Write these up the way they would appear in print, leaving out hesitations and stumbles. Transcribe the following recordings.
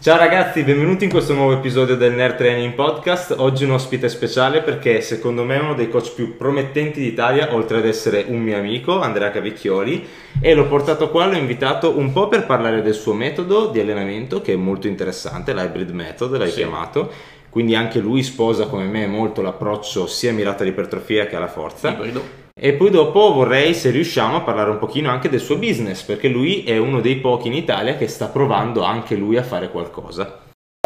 Ciao ragazzi, benvenuti in questo nuovo episodio del Nerd Training Podcast. Oggi un ospite speciale perché secondo me è uno dei coach più promettenti d'Italia, oltre ad essere un mio amico, Andrea Cavicchioli, e l'ho portato qua, l'ho invitato un po' per parlare del suo metodo di allenamento che è molto interessante, l'hybrid method l'hai chiamato, quindi anche lui sposa come me molto l'approccio sia mirato all'ipertrofia che alla forza. Ibrido. E poi dopo vorrei, se riusciamo, a parlare un pochino anche del suo business, perché lui è uno dei pochi in Italia che sta provando anche lui a fare qualcosa.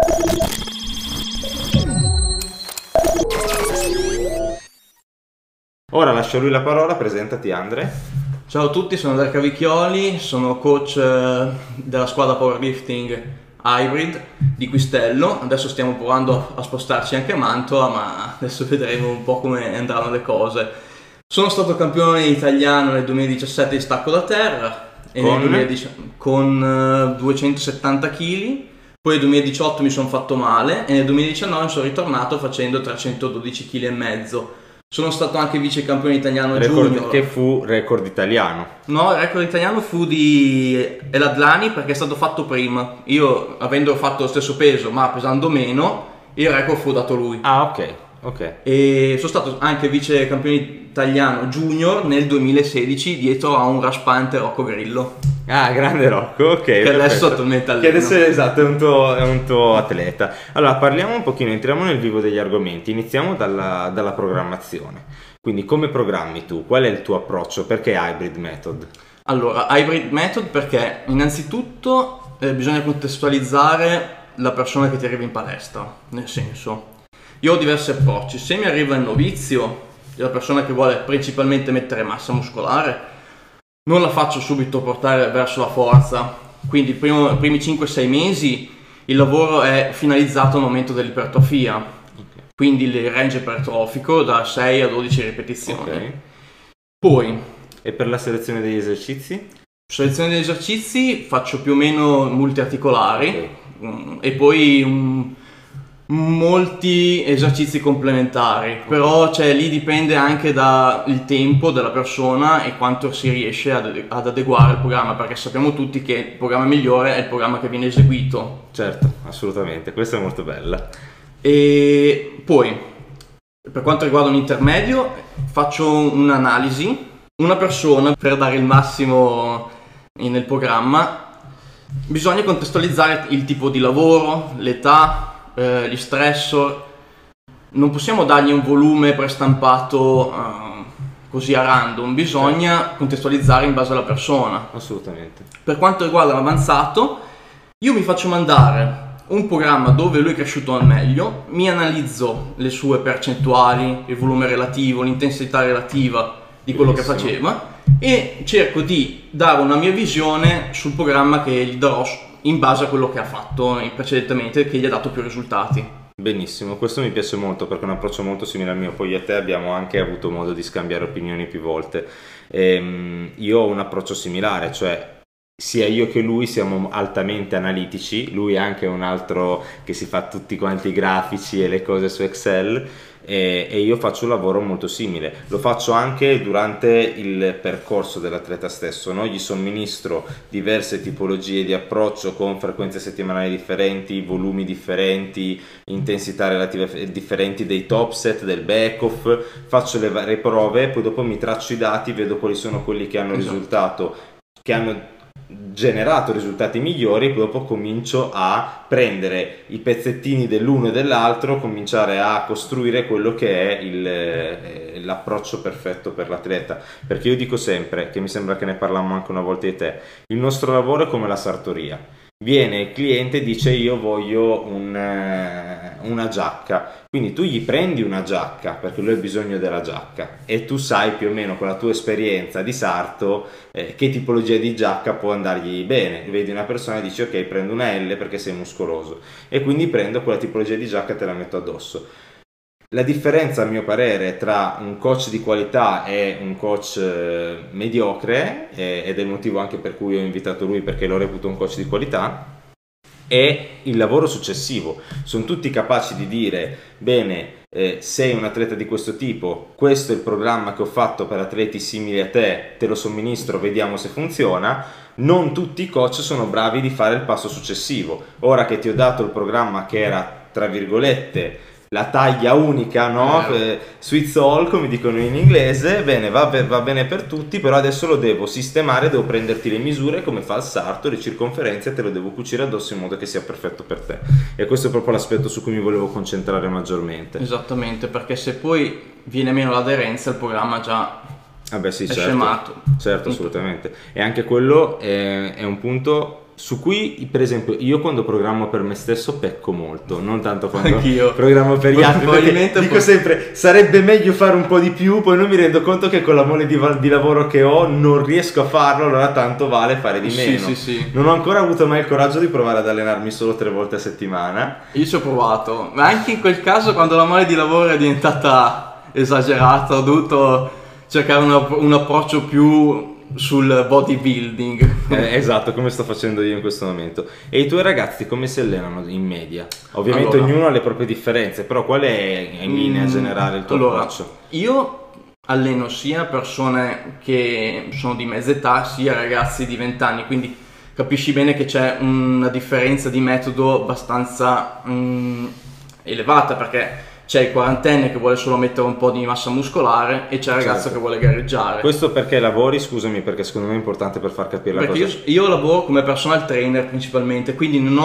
Ora lascio a lui la parola, presentati Andre. Ciao a tutti, sono Andrea Cavicchioli, sono coach della squadra powerlifting Hybrid di Quistello. Adesso stiamo provando a spostarci anche a Mantova, ma adesso vedremo un po' come andranno le cose. Sono stato campione italiano nel 2017 di stacco da terra e nel 2010 con 270 kg, poi nel 2018 mi sono fatto male e nel 2019 sono ritornato facendo 312 kg e mezzo. Sono stato anche vice campione italiano junior. Che fu record italiano? No, il record italiano fu di Eladlani perché è stato fatto prima. Io, avendo fatto lo stesso peso ma pesando meno, il record fu dato lui. Ah, ok. E sono stato anche vice campione italiano junior nel 2016 dietro a un raspante Rocco Grillo. Ah, grande Rocco, ok. Che adesso attualmente alleno. Che adesso esatto, è un tuo atleta. Allora, parliamo un pochino, entriamo nel vivo degli argomenti. Iniziamo dalla programmazione. Quindi, come programmi tu? Qual è il tuo approccio? Perché hybrid method? Allora, hybrid method perché innanzitutto bisogna contestualizzare la persona che ti arriva in palestra. Nel senso, io ho diversi approcci. Se mi arriva il novizio, la persona che vuole principalmente mettere massa muscolare, non la faccio subito portare verso la forza. Quindi i primi 5-6 mesi il lavoro è finalizzato all'aumento dell'ipertrofia, quindi il range ipertrofico da 6 a 12 ripetizioni. Poi, e per la selezione degli esercizi? Selezione degli esercizi faccio più o meno multiarticolari e poi molti esercizi complementari, però lì dipende anche dal tempo della persona e quanto si riesce ad adeguare il programma, perché sappiamo tutti che il programma migliore è il programma che viene eseguito. Certo, assolutamente, questa è molto bella. E poi, per quanto riguarda un intermedio, faccio un'analisi. Una persona, per dare il massimo nel programma, bisogna contestualizzare il tipo di lavoro, l'età, gli stressor. Non possiamo dargli un volume prestampato così a random, bisogna contestualizzare in base alla persona. Assolutamente. Per quanto riguarda l'avanzato, io mi faccio mandare un programma dove lui è cresciuto al meglio, mi analizzo le sue percentuali, il volume relativo, l'intensità relativa di quello che faceva e cerco di dare una mia visione sul programma che gli darò in base a quello che ha fatto precedentemente, che gli ha dato più risultati. Benissimo, questo mi piace molto perché è un approccio molto simile al mio. Poi io e te abbiamo anche avuto modo di scambiare opinioni più volte. Io ho un approccio similare, cioè sia io che lui siamo altamente analitici, lui è anche un altro che si fa tutti quanti i grafici e le cose su Excel, e io faccio un lavoro molto simile. Lo faccio anche durante il percorso dell'atleta stesso, no? Gli somministro diverse tipologie di approccio con frequenze settimanali differenti, volumi differenti, intensità relative differenti dei top set, del back off, faccio le varie prove, poi dopo mi traccio i dati, vedo quali sono quelli che hanno che hanno generato risultati migliori, poi dopo comincio a prendere i pezzettini dell'uno e dell'altro, cominciare a costruire quello che è l'approccio perfetto per l'atleta, perché io dico sempre, che mi sembra che ne parlammo anche una volta di te, il nostro lavoro è come la sartoria. Viene il cliente e dice io voglio una giacca, quindi tu gli prendi una giacca perché lui ha bisogno della giacca e tu sai più o meno con la tua esperienza di sarto che tipologia di giacca può andargli bene. Vedi una persona e dici ok, prendo una L perché sei muscoloso e quindi prendo quella tipologia di giacca e te la metto addosso. La differenza, a mio parere, tra un coach di qualità e un coach mediocre, ed è il motivo anche per cui ho invitato lui, perché lo reputo un coach di qualità, è il lavoro successivo. Sono tutti capaci di dire bene, sei un atleta di questo tipo, questo è il programma che ho fatto per atleti simili a te lo somministro, vediamo se funziona. Non tutti i coach sono bravi di fare il passo successivo. Ora che ti ho dato il programma che era, tra virgolette, la taglia unica, no? Sweet all, come dicono in inglese, bene, va bene per tutti, però adesso lo devo sistemare, devo prenderti le misure come fa il sarto, le circonferenze, te lo devo cucire addosso in modo che sia perfetto per te. E questo è proprio l'aspetto su cui mi volevo concentrare maggiormente. Esattamente, perché se poi viene meno l'aderenza, il programma già Sì, è certo, scemato. certo, assolutamente. E anche quello è un punto su cui, per esempio, io quando programmo per me stesso pecco molto, non tanto quando Anch'io. programmo per gli altri, perché dico sempre sarebbe meglio fare un po' di più, poi non mi rendo conto che con la mole di lavoro che ho non riesco a farlo, allora tanto vale fare di meno. Sì. Non ho ancora avuto mai il coraggio di provare ad allenarmi solo 3 volte a settimana. Io ci ho provato, ma anche in quel caso quando la mole di lavoro è diventata esagerata ho dovuto cercare un approccio più sul bodybuilding. Esatto, come sto facendo io in questo momento. E i tuoi ragazzi come si allenano in media? Ovviamente Allora, ognuno ha le proprie differenze, però qual è in linea generale il tuo approccio? Io alleno sia persone che sono di mezza età sia ragazzi di 20 anni, quindi capisci bene che c'è una differenza di metodo abbastanza elevata, perché c'è il quarantenne che vuole solo mettere un po' di massa muscolare e c'è il ragazzo che vuole gareggiare. Questo perché lavori? Scusami, perché secondo me è importante per far capire la cosa. Perché io lavoro come personal trainer principalmente, quindi non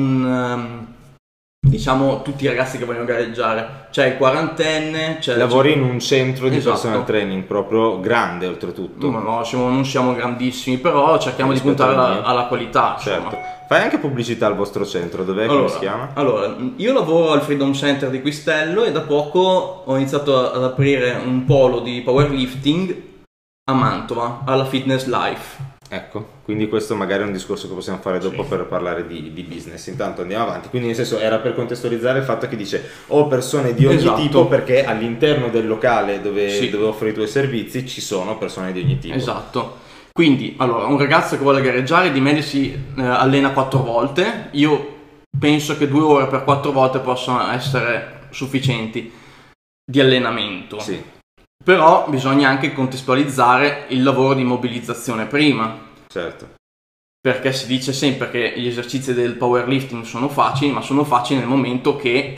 ho diciamo tutti i ragazzi che vogliono gareggiare. C'è il quarantenne, lavori in un centro di Esatto. personal training proprio grande oltretutto. No, non siamo grandissimi, però cerchiamo di puntare alla qualità. Certo. Fai anche pubblicità al vostro centro, dov'è? Come si chiama? Allora, io lavoro al Freedom Center di Quistello e da poco ho iniziato ad aprire un polo di powerlifting a Mantova, alla Fitness Life. Ecco, quindi questo magari è un discorso che possiamo fare dopo per parlare di business. Intanto andiamo avanti. Quindi nel senso era per contestualizzare il fatto che dice ho persone di ogni tipo, perché all'interno del locale dove offri i tuoi servizi ci sono persone di ogni tipo. Esatto. Quindi, allora, un ragazzo che vuole gareggiare di media si allena 4 volte. Io penso che 2 ore per 4 volte possano essere sufficienti di allenamento. Sì. Però bisogna anche contestualizzare il lavoro di mobilizzazione prima. Certo. Perché si dice sempre che gli esercizi del powerlifting sono facili, ma sono facili nel momento che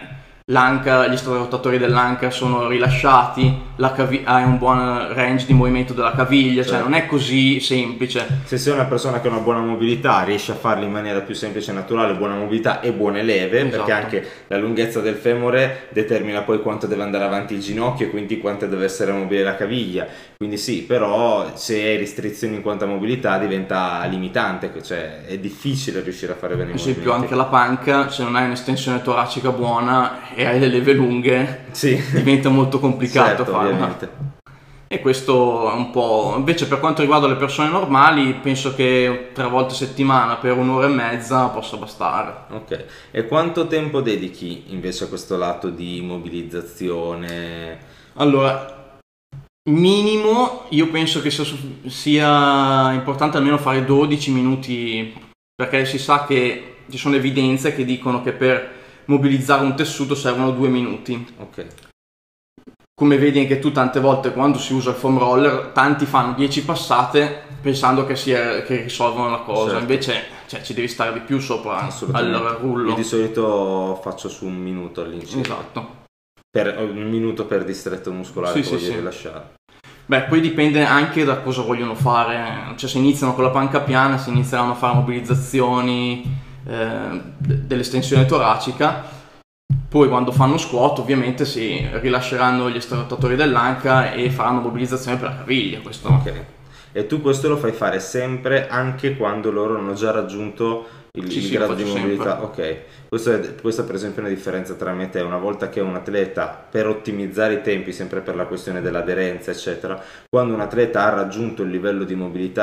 gli strarotatori dell'anca sono rilasciati, hai un buon range di movimento della caviglia, cioè non è così semplice. Se sei una persona che ha una buona mobilità riesci a farlo in maniera più semplice e naturale, buona mobilità e buone leve, perché anche la lunghezza del femore determina poi quanto deve andare avanti il ginocchio e quindi quanto deve essere mobile la caviglia. Quindi sì, però se hai restrizioni in quanto a mobilità diventa limitante, cioè è difficile riuscire a fare bene i movimenti. Per esempio anche la panca, se non hai un'estensione toracica buona e hai le leve lunghe, diventa molto complicato farla. Ovviamente. E questo è un po'. Invece per quanto riguarda le persone normali, penso che 3 volte a settimana per 1 ora e mezza possa bastare. Ok, e quanto tempo dedichi invece a questo lato di mobilizzazione? Allora, minimo, io penso che sia importante almeno fare 12 minuti, perché si sa che ci sono evidenze che dicono che per mobilizzare un tessuto servono 2 minuti. Ok. Come vedi anche tu tante volte quando si usa il foam roller, tanti fanno 10 passate pensando che risolvono la cosa, invece ci devi stare di più sopra al rullo. Io di solito faccio su 1 minuto all'incirca. Esatto. Per 1 minuto per distretto muscolare che voglio rilasciare. Beh, poi dipende anche da cosa vogliono fare, cioè se iniziano con la panca piana, si inizieranno a fare mobilizzazioni dell'estensione toracica, poi quando fanno squat ovviamente si rilasceranno gli estrattatori dell'anca e faranno mobilizzazione per la caviglia. Questo. Ok. E tu questo lo fai fare sempre anche quando loro hanno già raggiunto il grado di mobilità? Sempre. Ok, questa per esempio è una differenza tra me e te. Una volta che un atleta, per ottimizzare i tempi, sempre per la questione dell'aderenza eccetera, quando un atleta ha raggiunto il livello di mobilità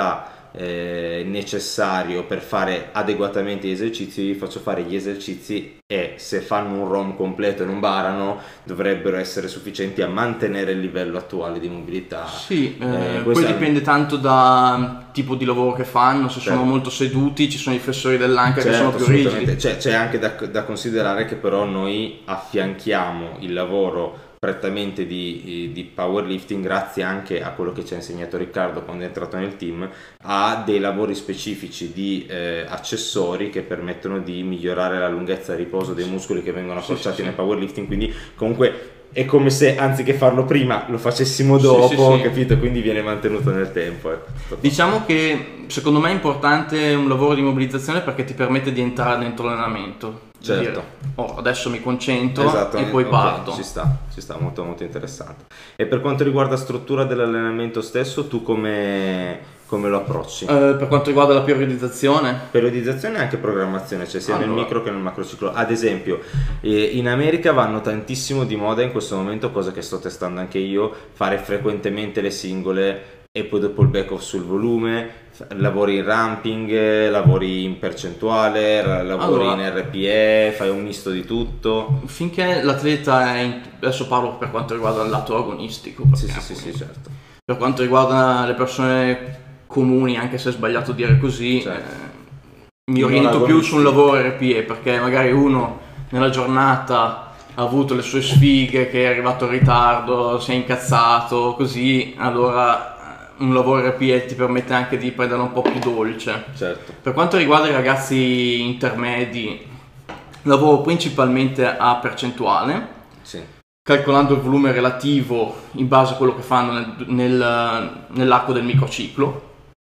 necessario per fare adeguatamente gli esercizi, io gli faccio fare gli esercizi e se fanno un ROM completo e non barano dovrebbero essere sufficienti a mantenere il livello attuale di mobilità. Sì, poi dipende tanto da tipo di lavoro che fanno, se sono molto seduti ci sono i flessori dell'anca che sono più rigidi. C'è anche da considerare che però noi affianchiamo il lavoro prettamente di powerlifting, grazie anche a quello che ci ha insegnato Riccardo quando è entrato nel team, a dei lavori specifici di accessori che permettono di migliorare la lunghezza di riposo dei muscoli che vengono accorciati nel powerlifting, quindi comunque è come se anziché farlo prima lo facessimo dopo, capito? Quindi viene mantenuto nel tempo. Diciamo che secondo me è importante un lavoro di mobilizzazione perché ti permette di entrare dentro l'allenamento. Certo. Dire, adesso mi concentro e poi parto. Ci sta, molto molto interessante. E per quanto riguarda la struttura dell'allenamento stesso, tu come lo approcci? Per quanto riguarda la periodizzazione e anche programmazione, cioè sia nel micro che nel macrociclo. Ad esempio in America vanno tantissimo di moda in questo momento, cosa che sto testando anche io, fare frequentemente le singole e poi dopo il back off sul volume, lavori in ramping, lavori in percentuale, lavori in RPE, fai un misto di tutto. Finché l'atleta adesso parlo per quanto riguarda il lato agonistico. Sì, certo. Per quanto riguarda le persone comuni, anche se è sbagliato dire così, mi oriento più su un lavoro RPE, perché magari uno nella giornata ha avuto le sue sfighe, che è arrivato in ritardo, si è incazzato, così, allora un lavoro RPE ti permette anche di prenderla un po' più dolce. Certo. Per quanto riguarda i ragazzi intermedi, lavoro principalmente a percentuale, calcolando il volume relativo in base a quello che fanno nell'arco del microciclo.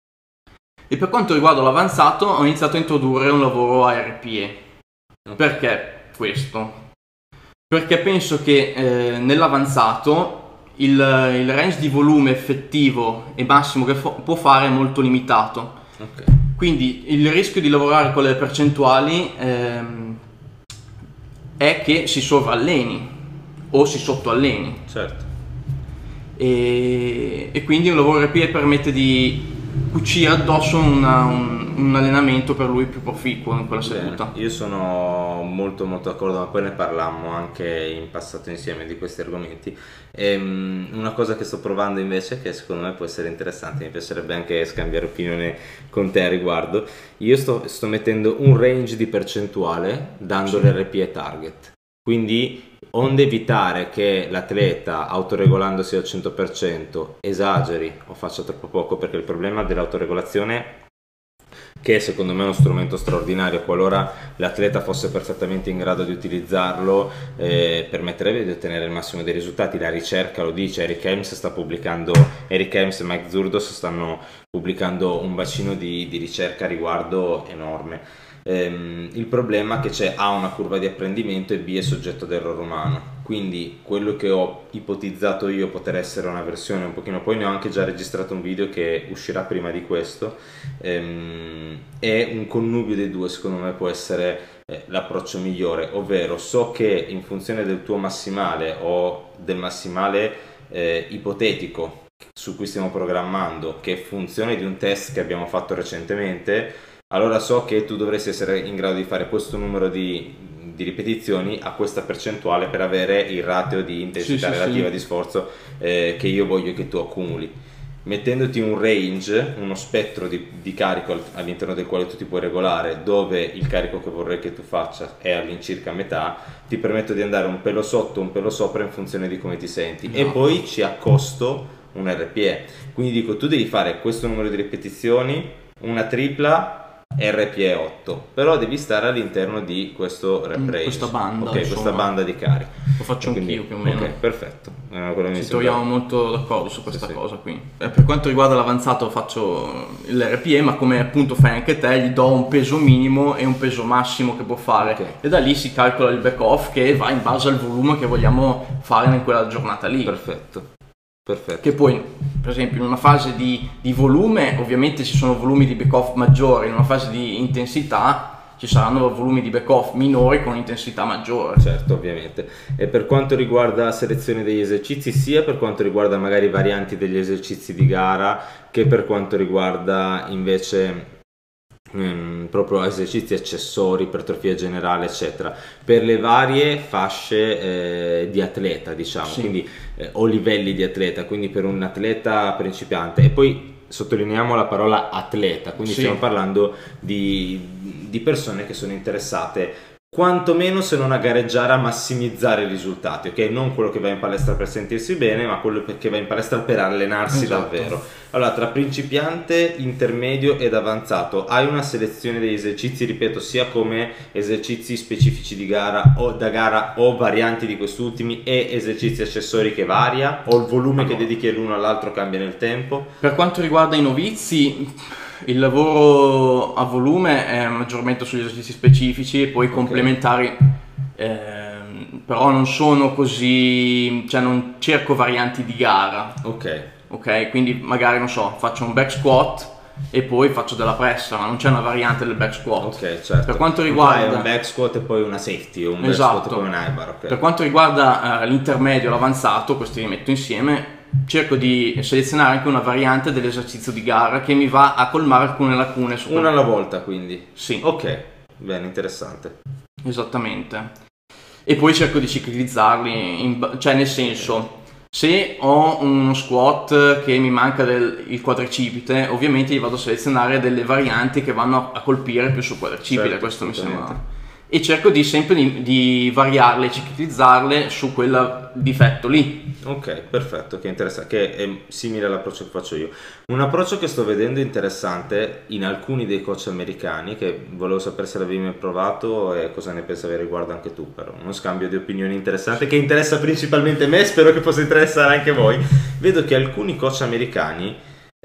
E per quanto riguarda l'avanzato, ho iniziato a introdurre un lavoro a RPE. Perché questo? Perché penso che nell'avanzato il range di volume effettivo e massimo che può fare è molto limitato. Quindi il rischio di lavorare con le percentuali è che si sovralleni o si sottoalleni. Certo. E quindi un lavoro RPE permette di cucire addosso un allenamento per lui più proficuo in quella seduta. Io sono molto molto d'accordo, ma poi ne parlammo anche in passato insieme di questi argomenti. Una cosa che sto provando invece, che secondo me può essere interessante, mi piacerebbe anche scambiare opinione con te a riguardo. Io sto mettendo un range di percentuale dando l'RPE target, quindi onde evitare che l'atleta, autoregolandosi al 100%, esageri o faccia troppo poco, perché il problema dell'autoregolazione, che secondo me è uno strumento straordinario qualora l'atleta fosse perfettamente in grado di utilizzarlo, permetterebbe di ottenere il massimo dei risultati. La ricerca lo dice, Eric Helms e Mike Zurdos stanno pubblicando un bacino di ricerca a riguardo enorme. Il problema è che A una curva di apprendimento e B è soggetto ad errore umano, quindi quello che ho ipotizzato io poter essere una versione un pochino, poi ne ho anche già registrato un video che uscirà prima di questo, è un connubio dei due. Secondo me può essere l'approccio migliore, ovvero so che in funzione del tuo massimale o del massimale ipotetico su cui stiamo programmando, che è funzione di un test che abbiamo fatto recentemente, allora so che tu dovresti essere in grado di fare questo numero di ripetizioni a questa percentuale per avere il ratio di intensità relativa di sforzo che io voglio che tu accumuli. Mettendoti un range, uno spettro di carico all'interno del quale tu ti puoi regolare, dove il carico che vorrei che tu faccia è all'incirca metà, ti permetto di andare un pelo sotto, un pelo sopra in funzione di come ti senti, e poi ci accosto un RPE. Quindi dico, tu devi fare questo numero di ripetizioni, una tripla RPE 8, però devi stare all'interno di questo rep range, questa banda, questa banda di carico. Lo faccio anch'io più o meno. Ok, perfetto. Ci troviamo molto d'accordo su questa cosa qui. Per quanto riguarda l'avanzato faccio l'RPE, ma come appunto fai anche te, gli do un peso minimo e un peso massimo che può fare, e da lì si calcola il back off che va in base al volume che vogliamo fare in quella giornata lì. Perfetto. Che poi, per esempio, in una fase di volume ovviamente ci sono volumi di back off maggiori, in una fase di intensità ci saranno volumi di back-off minori con intensità maggiore. Certo, ovviamente. E per quanto riguarda la selezione degli esercizi, sia per quanto riguarda magari varianti degli esercizi di gara, che per quanto riguarda invece proprio esercizi accessori, ipertrofia generale, eccetera, per le varie fasce di atleta, diciamo, Sì. quindi o livelli di atleta, quindi per un atleta principiante. E poi sottolineiamo la parola atleta, quindi Sì. stiamo parlando di persone che sono interessate quantomeno, se non a gareggiare, a massimizzare i risultati, ok? Non quello che va in palestra per sentirsi bene, ma quello che va in palestra per allenarsi Esatto. davvero. Allora, tra principiante, intermedio ed avanzato, hai una selezione degli esercizi, ripeto, sia come esercizi specifici di gara o da gara o varianti di quest'ultimi, e esercizi accessori che varia, o il volume che dedichi l'uno all'altro cambia nel tempo? Per quanto riguarda i novizi, il lavoro a volume è maggiormente sugli esercizi specifici e poi complementari, però non sono così, cioè non cerco varianti di gara, ok? Quindi magari, non so, faccio un back squat e poi faccio della pressa, ma non c'è una variante del back squat. Ok, certo. Per quanto riguarda un back squat e poi una safety, o un back Esatto. squat e poi un high bar, ok. Per quanto riguarda l'intermedio e l'avanzato, questi li metto insieme, cerco di selezionare anche una variante dell'esercizio di gara che mi va a colmare alcune lacune su Una alla volta, quindi? Sì. Ok, bene, interessante. Esattamente. E poi cerco di ciclizzarli, cioè nel senso, se ho uno squat che mi manca il quadricipite, ovviamente gli vado a selezionare delle varianti che vanno a colpire più sul quadricipite, Certo, questo mi assolutamente. sembra. E cerco di sempre di variarle, ciclizzarle su quel difetto lì. Ok, perfetto, che interessa, che è simile all'approccio che faccio io. Un approccio che sto vedendo interessante in alcuni dei coach americani, che volevo sapere se l'avevi mai provato e cosa ne pensavi riguardo anche tu, però uno scambio di opinioni interessante che interessa principalmente me, spero che possa interessare anche voi. Vedo che alcuni coach americani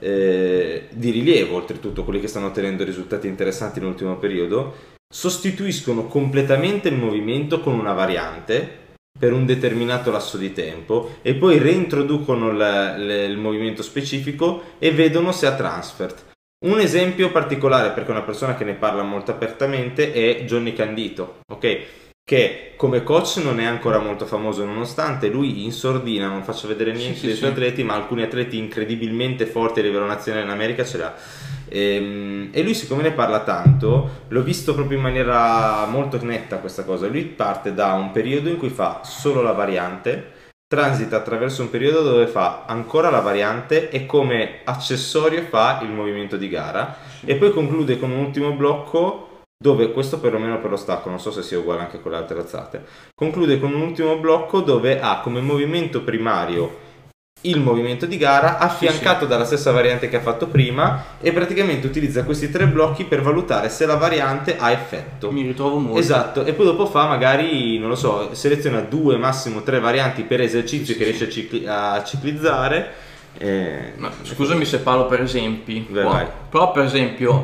di rilievo, oltretutto quelli che stanno ottenendo risultati interessanti nell'ultimo periodo, sostituiscono completamente il movimento con una variante per un determinato lasso di tempo e poi reintroducono il movimento specifico e vedono se ha transfert. Un esempio particolare, perché è una persona che ne parla molto apertamente, è Johnny Candito, ok? Che come coach non è ancora molto famoso, nonostante lui in sordina non faccia vedere niente dei suoi atleti, ma alcuni atleti incredibilmente forti a livello nazionale in America ce l'ha. E lui, siccome ne parla tanto, l'ho visto proprio in maniera molto netta questa cosa. Lui parte da un periodo in cui fa solo la variante, transita attraverso un periodo dove fa ancora la variante e come accessorio fa il movimento di gara, e poi conclude con un ultimo blocco dove, questo perlomeno per lo stacco, non so se sia uguale anche con le altre alzate, conclude con un ultimo blocco dove ha come movimento primario il movimento di gara affiancato dalla stessa variante che ha fatto prima, e praticamente utilizza questi tre blocchi per valutare se la variante ha effetto. Mi ritrovo molto. Esatto, e poi dopo fa magari, non lo so, seleziona 2 massimo 3 varianti per esercizio che riesce a ciclizzare. Ma, scusami se parlo per esempi, vai. Però per esempio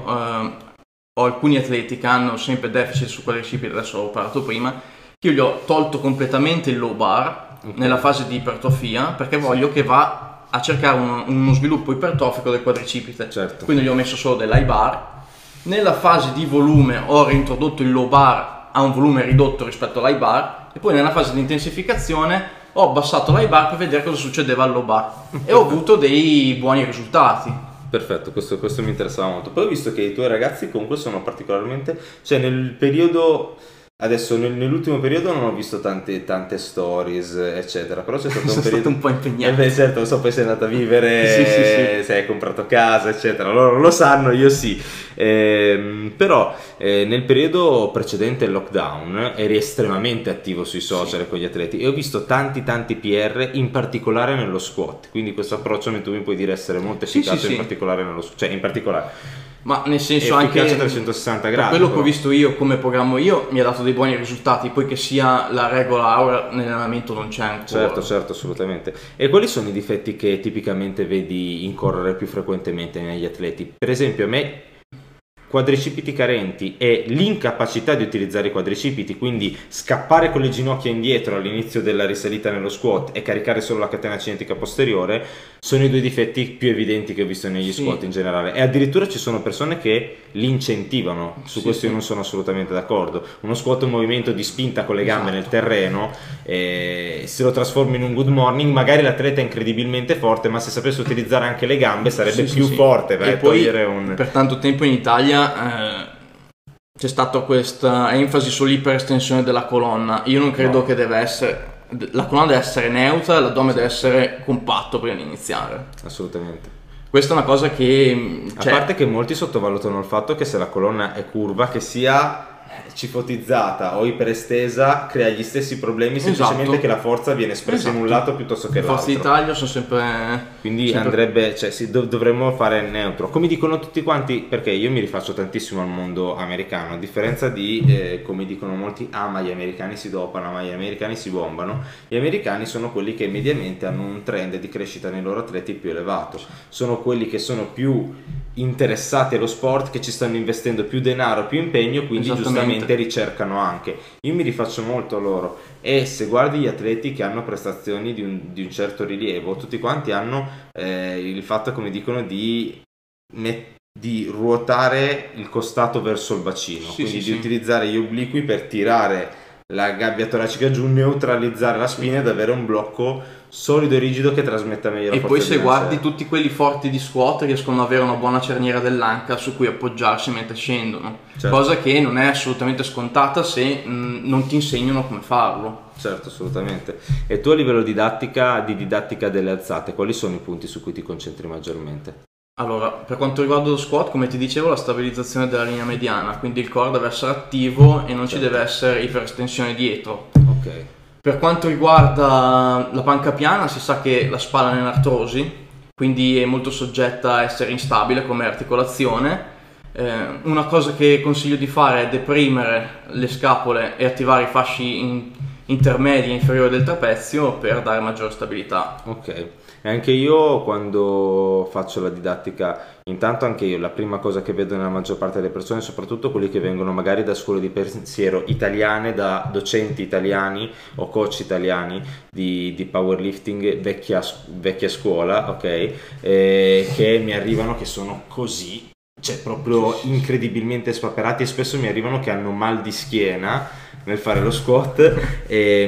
ho alcuni atleti che hanno sempre deficit su quadricipite, adesso l'ho parlato prima, che io gli ho tolto completamente il low bar nella fase di ipertrofia, perché voglio che va a cercare uno sviluppo ipertrofico del quadricipite. Certo. Quindi gli ho messo solo dell'high bar. Nella fase di volume ho reintrodotto il low bar a un volume ridotto rispetto all'high bar, e poi nella fase di intensificazione ho abbassato l'high bar per vedere cosa succedeva al low bar e ho avuto dei buoni risultati. Perfetto, questo mi interessava molto. Poi ho visto che i tuoi ragazzi comunque sono particolarmente, cioè nel periodo, adesso nell'ultimo periodo non ho visto tante stories eccetera, però c'è stato un periodo stato un po' impegnato. Certo, lo so, poi sei andato a vivere, se hai comprato casa eccetera, loro lo sanno, io sì, però nel periodo precedente al lockdown eri estremamente attivo sui social con gli atleti, e ho visto tanti PR, in particolare nello squat, quindi questo approccio tu mi puoi dire essere molto efficace in particolare nello squat, cioè in particolare. Ma nel senso anche 360 gradi, per quello che ho visto io, come programmo io, mi ha dato dei buoni risultati, poi che sia la regola aura nell'allenamento non c'è ancora. Certo, assolutamente. E quali sono i difetti che tipicamente vedi incorrere più frequentemente negli atleti? Per esempio a me quadricipiti carenti e l'incapacità di utilizzare i quadricipiti, quindi scappare con le ginocchia indietro all'inizio della risalita nello squat e caricare solo la catena cinetica posteriore, sono i due difetti più evidenti che ho visto negli squat in generale, e addirittura ci sono persone che li incentivano, su questo io non sono assolutamente d'accordo. Uno squat è un movimento di spinta con le gambe nel terreno, e se lo trasformi in un good morning magari l'atleta è incredibilmente forte, ma se sapesse utilizzare anche le gambe sarebbe più forte per togliere per tanto tempo in Italia c'è stata questa enfasi sull'iperestensione della colonna. Io non credo che la colonna deve essere neutra, l'addome deve essere compatto prima di iniziare. Assolutamente. Questa è una cosa che... a parte che molti sottovalutano il fatto che se la colonna è curva, che sia cifotizzata o iperestesa, crea gli stessi problemi, semplicemente che la forza viene espressa in un lato piuttosto che l'altro. Le forze di taglio sono sempre... Quindi andrebbe, cioè dovremmo fare neutro, come dicono tutti quanti, perché io mi rifaccio tantissimo al mondo americano, a differenza di, come dicono molti, ma gli americani si dopano, ma gli americani si bombano. Gli americani sono quelli che mediamente hanno un trend di crescita nei loro atleti più elevato, sono quelli che sono più interessati allo sport, che ci stanno investendo più denaro, più impegno, quindi giustamente ricercano anche. Io mi rifaccio molto a loro, e se guardi gli atleti che hanno prestazioni di un certo rilievo, tutti quanti hanno il fatto, come dicono, di ruotare il costato verso il bacino, quindi di utilizzare gli obliqui per tirare la gabbia toracica giù, neutralizzare la spina ed avere un blocco solido e rigido che trasmetta meglio la forza. E poi se guardi tutti quelli forti di squat riescono ad avere una buona cerniera dell'anca su cui appoggiarsi mentre scendono, cosa che non è assolutamente scontata se non ti insegnano come farlo. Certo, assolutamente. E tu a livello di didattica delle alzate, quali sono i punti su cui ti concentri maggiormente? Allora, per quanto riguarda lo squat, come ti dicevo, la stabilizzazione della linea mediana, quindi il core deve essere attivo e non ci deve essere iperestensione dietro. Ok. Per quanto riguarda la panca piana, si sa che la spalla è in artrosi, quindi è molto soggetta a essere instabile come articolazione. Una cosa che consiglio di fare è deprimere le scapole e attivare i fasci intermedi e inferiori del trapezio per dare maggiore stabilità. Ok. E anche io quando faccio la didattica, intanto anche io la prima cosa che vedo nella maggior parte delle persone, soprattutto quelli che vengono magari da scuole di pensiero italiane, da docenti italiani o coach italiani di powerlifting vecchia scuola, ok, che mi arrivano che sono così, cioè proprio incredibilmente spaperati, e spesso mi arrivano che hanno mal di schiena nel fare lo squat,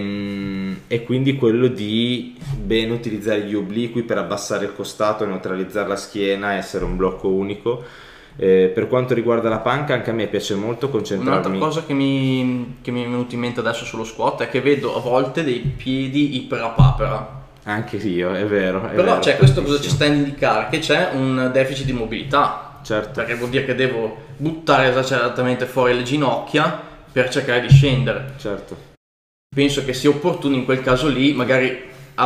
e quindi quello di bene utilizzare gli obliqui per abbassare il costato, neutralizzare la schiena, essere un blocco unico. Per quanto riguarda la panca, anche a me piace molto concentrarmi. Un'altra cosa che mi è venuta in mente adesso sullo squat è che vedo a volte dei piedi iper a papera. Anche io, è vero. Però questo cosa ci sta a indicare? Che c'è un deficit di mobilità. Certo. Perché vuol dire che devo buttare esageratamente fuori le ginocchia per cercare di scendere. Certo. Penso che sia opportuno in quel caso lì magari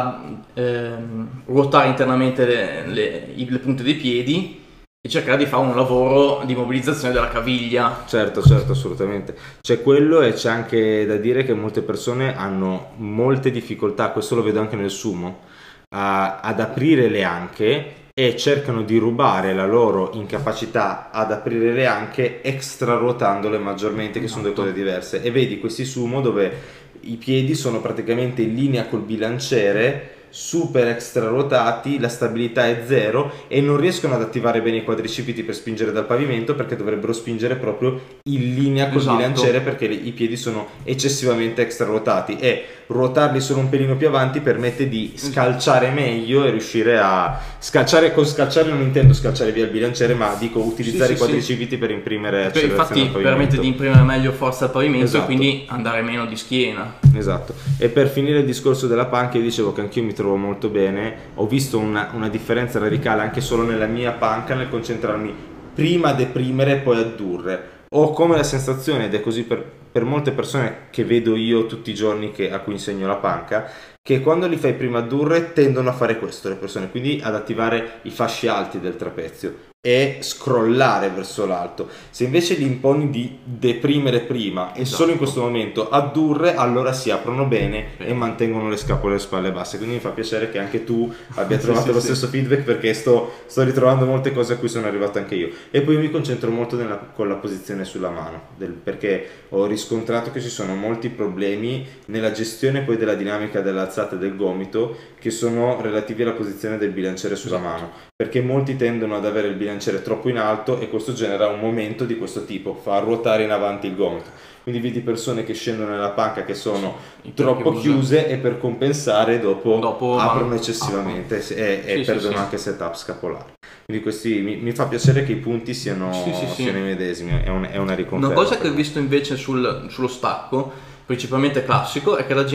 ruotare internamente le punte dei piedi e cercare di fare un lavoro di mobilizzazione della caviglia. Certo, assolutamente. C'è quello, e c'è anche da dire che molte persone hanno molte difficoltà, questo lo vedo anche nel sumo, ad aprire le anche, e cercano di rubare la loro incapacità ad aprire le anche extra ruotandole maggiormente, che sono due cose diverse. E vedi questi sumo dove i piedi sono praticamente in linea col bilanciere, super extra ruotati, la stabilità è zero, e non riescono ad attivare bene i quadricipiti per spingere dal pavimento, perché dovrebbero spingere proprio in linea col bilanciere, perché i piedi sono eccessivamente extra ruotati, e ruotarli solo un pelino più avanti permette di scalciare meglio e riuscire a scalciare. Con scalciare non intendo scalciare via il bilanciere, ma dico utilizzare i quadricipiti per imprimere accelerazione infatti al pavimento. permette di imprimere meglio forza al pavimento, e quindi andare meno di schiena. Esatto. E per finire il discorso della panca, io dicevo che anch'io mi trovo molto bene, ho visto una differenza radicale anche solo nella mia panca nel concentrarmi prima a deprimere e poi addurre. Ho come la sensazione, ed è così per molte persone che vedo io tutti i giorni a cui insegno la panca, che quando li fai prima addurre tendono a fare questo le persone, quindi ad attivare i fasci alti del trapezio e scrollare verso l'alto. Se invece gli imponi di deprimere prima e solo in questo momento addurre, allora si aprono bene e mantengono le scapole e le spalle basse. Quindi mi fa piacere che anche tu abbia trovato lo stesso feedback, perché sto ritrovando molte cose a cui sono arrivato anche io. E poi mi concentro molto con la posizione sulla mano, perché ho riscontrato che ci sono molti problemi nella gestione poi della dinamica dell'alzata alzate del gomito che sono relativi alla posizione del bilanciere sulla mano, perché molti tendono ad avere il bilanciere troppo in alto e questo genera un momento di questo tipo, fa ruotare in avanti il gomito. Quindi vedi persone che scendono nella panca che sono troppo chiuse e per compensare dopo aprono eccessivamente e perdono anche setup scapolare. Quindi questi mi fa piacere che i punti siano i medesimi, è una riconferma. Una cosa che ho visto invece sullo stacco, principalmente classico, è che la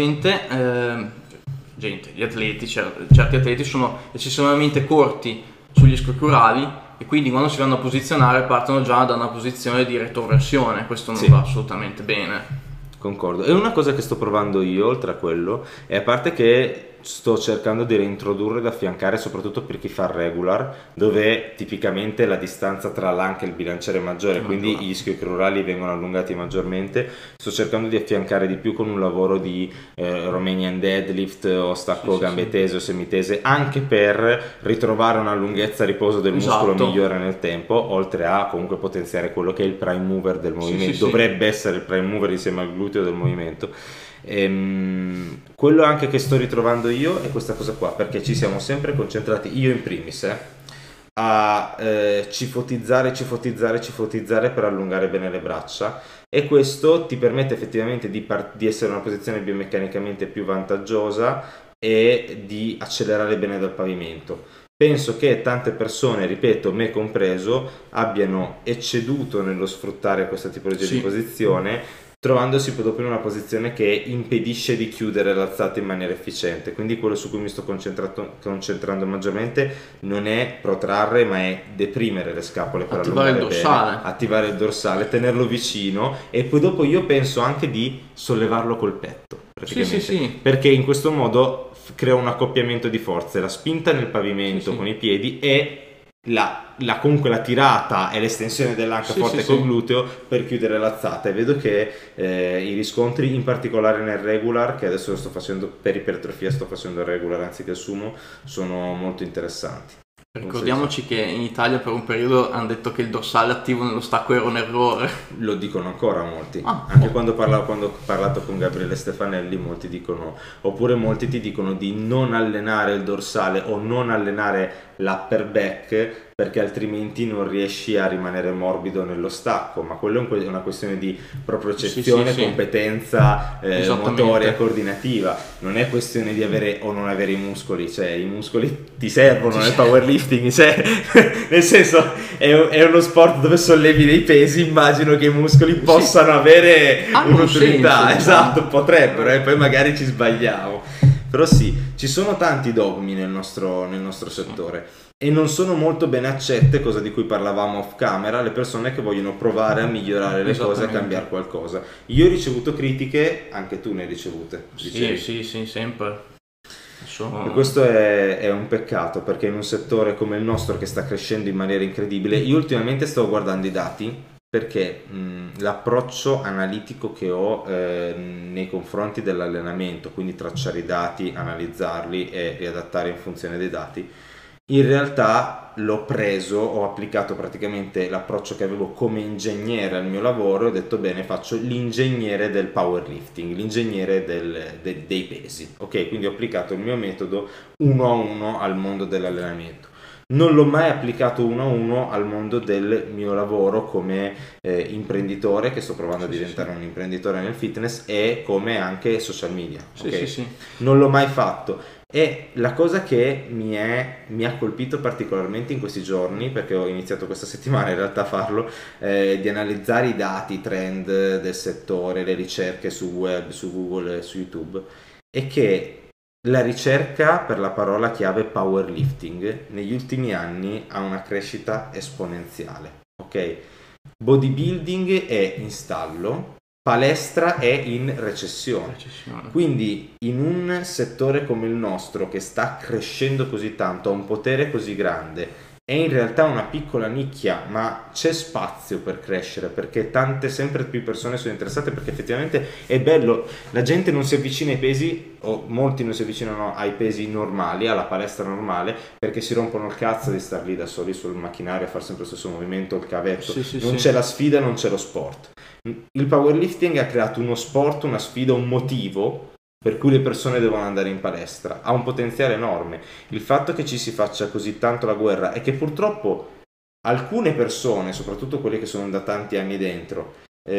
gli atleti, certi atleti sono eccessivamente corti sugli scricurali e quindi quando si vanno a posizionare partono già da una posizione di retroversione. Questo non va assolutamente bene. Concordo. E una cosa che sto provando io, oltre a quello, è a parte che sto cercando di reintrodurre da affiancare soprattutto per chi fa regular, dove tipicamente la distanza tra l'anca e il bilanciere è maggiore, quindi gli scricurali vengono allungati maggiormente. Sto cercando di affiancare di più con un lavoro di Romanian deadlift o stacco gambe tese o semitese, anche per ritrovare una lunghezza a riposo del muscolo migliore nel tempo, oltre a comunque potenziare quello che è il prime mover del movimento. Dovrebbe essere il prime mover insieme al gluteo del movimento. Quello anche che sto ritrovando io è questa cosa qua, perché ci siamo sempre concentrati, io in primis, a cifotizzare per allungare bene le braccia, e questo ti permette effettivamente di essere in una posizione biomeccanicamente più vantaggiosa e di accelerare bene dal pavimento. Penso che tante persone, ripeto, me compreso, abbiano ecceduto nello sfruttare questa tipologia di posizione, trovandosi poi dopo in una posizione che impedisce di chiudere l'alzata in maniera efficiente. Quindi quello su cui mi sto concentrando maggiormente non è protrarre, ma è deprimere le scapole per attivare il dorsale. Bene, attivare il dorsale, tenerlo vicino, e poi dopo io penso anche di sollevarlo col petto, praticamente, perché in questo modo crea un accoppiamento di forze, la spinta nel pavimento con i piedi e comunque la tirata e l'estensione dell'anca forte col gluteo per chiudere l'alzata. E vedo che i riscontri, in particolare nel regular, che adesso lo sto facendo per ipertrofia, sto facendo il regular anziché il sumo, sono molto interessanti. Ricordiamoci che in Italia per un periodo hanno detto che il dorsale attivo nello stacco era un errore. Lo dicono ancora molti. Anche quando ho parlato con Gabriele Stefanelli, molti dicono, oppure molti ti dicono di non allenare il dorsale o non allenare l'upper back, perché altrimenti non riesci a rimanere morbido nello stacco. Ma quello è una questione di propriocezione, competenza motoria, coordinativa. Non è questione di avere o non avere i muscoli, cioè i muscoli ti servono nel powerlifting, nel senso è uno sport dove sollevi dei pesi, immagino che i muscoli possano avere un'utilità, potrebbero, e poi magari ci sbagliamo. Però ci sono tanti dogmi nel nostro settore e non sono molto ben accette, cosa di cui parlavamo off camera, le persone che vogliono provare a migliorare le cose, a cambiare qualcosa. Io ho ricevuto critiche, anche tu ne hai ricevute? Sì, sempre. E questo è un peccato, perché in un settore come il nostro che sta crescendo in maniera incredibile, io ultimamente sto guardando i dati, perché l'approccio analitico che ho nei confronti dell'allenamento, quindi tracciare i dati, analizzarli e riadattare in funzione dei dati, in realtà ho applicato praticamente l'approccio che avevo come ingegnere al mio lavoro e ho detto bene, faccio l'ingegnere del powerlifting, l'ingegnere dei pesi, ok? Quindi ho applicato il mio metodo 1-1 al mondo dell'allenamento. Non l'ho mai applicato 1-1 al mondo del mio lavoro come imprenditore, che sto provando a diventare un imprenditore nel fitness, e come anche social media. Non l'ho mai fatto. E la cosa che mi ha colpito particolarmente in questi giorni, perché ho iniziato questa settimana in realtà a farlo, di analizzare i dati, i trend del settore, le ricerche su web, su Google, su YouTube, è che la ricerca per la parola chiave powerlifting negli ultimi anni ha una crescita esponenziale, ok? Bodybuilding è in stallo, palestra è in recessione. Quindi in un settore come il nostro, che sta crescendo così tanto, ha un potere così grande, è in realtà una piccola nicchia, ma c'è spazio per crescere, perché sempre più persone sono interessate, perché effettivamente è bello, la gente non si avvicina ai pesi, o molti non si avvicinano ai pesi normali, alla palestra normale, perché si rompono il cazzo di star lì da soli sul macchinario a fare sempre lo stesso movimento, il cavetto, non c'è la sfida, non c'è lo sport. Il powerlifting ha creato uno sport, una sfida, un motivo per cui le persone devono andare in palestra, ha un potenziale enorme. Il fatto che ci si faccia così tanto la guerra è che purtroppo alcune persone, soprattutto quelle che sono da tanti anni dentro,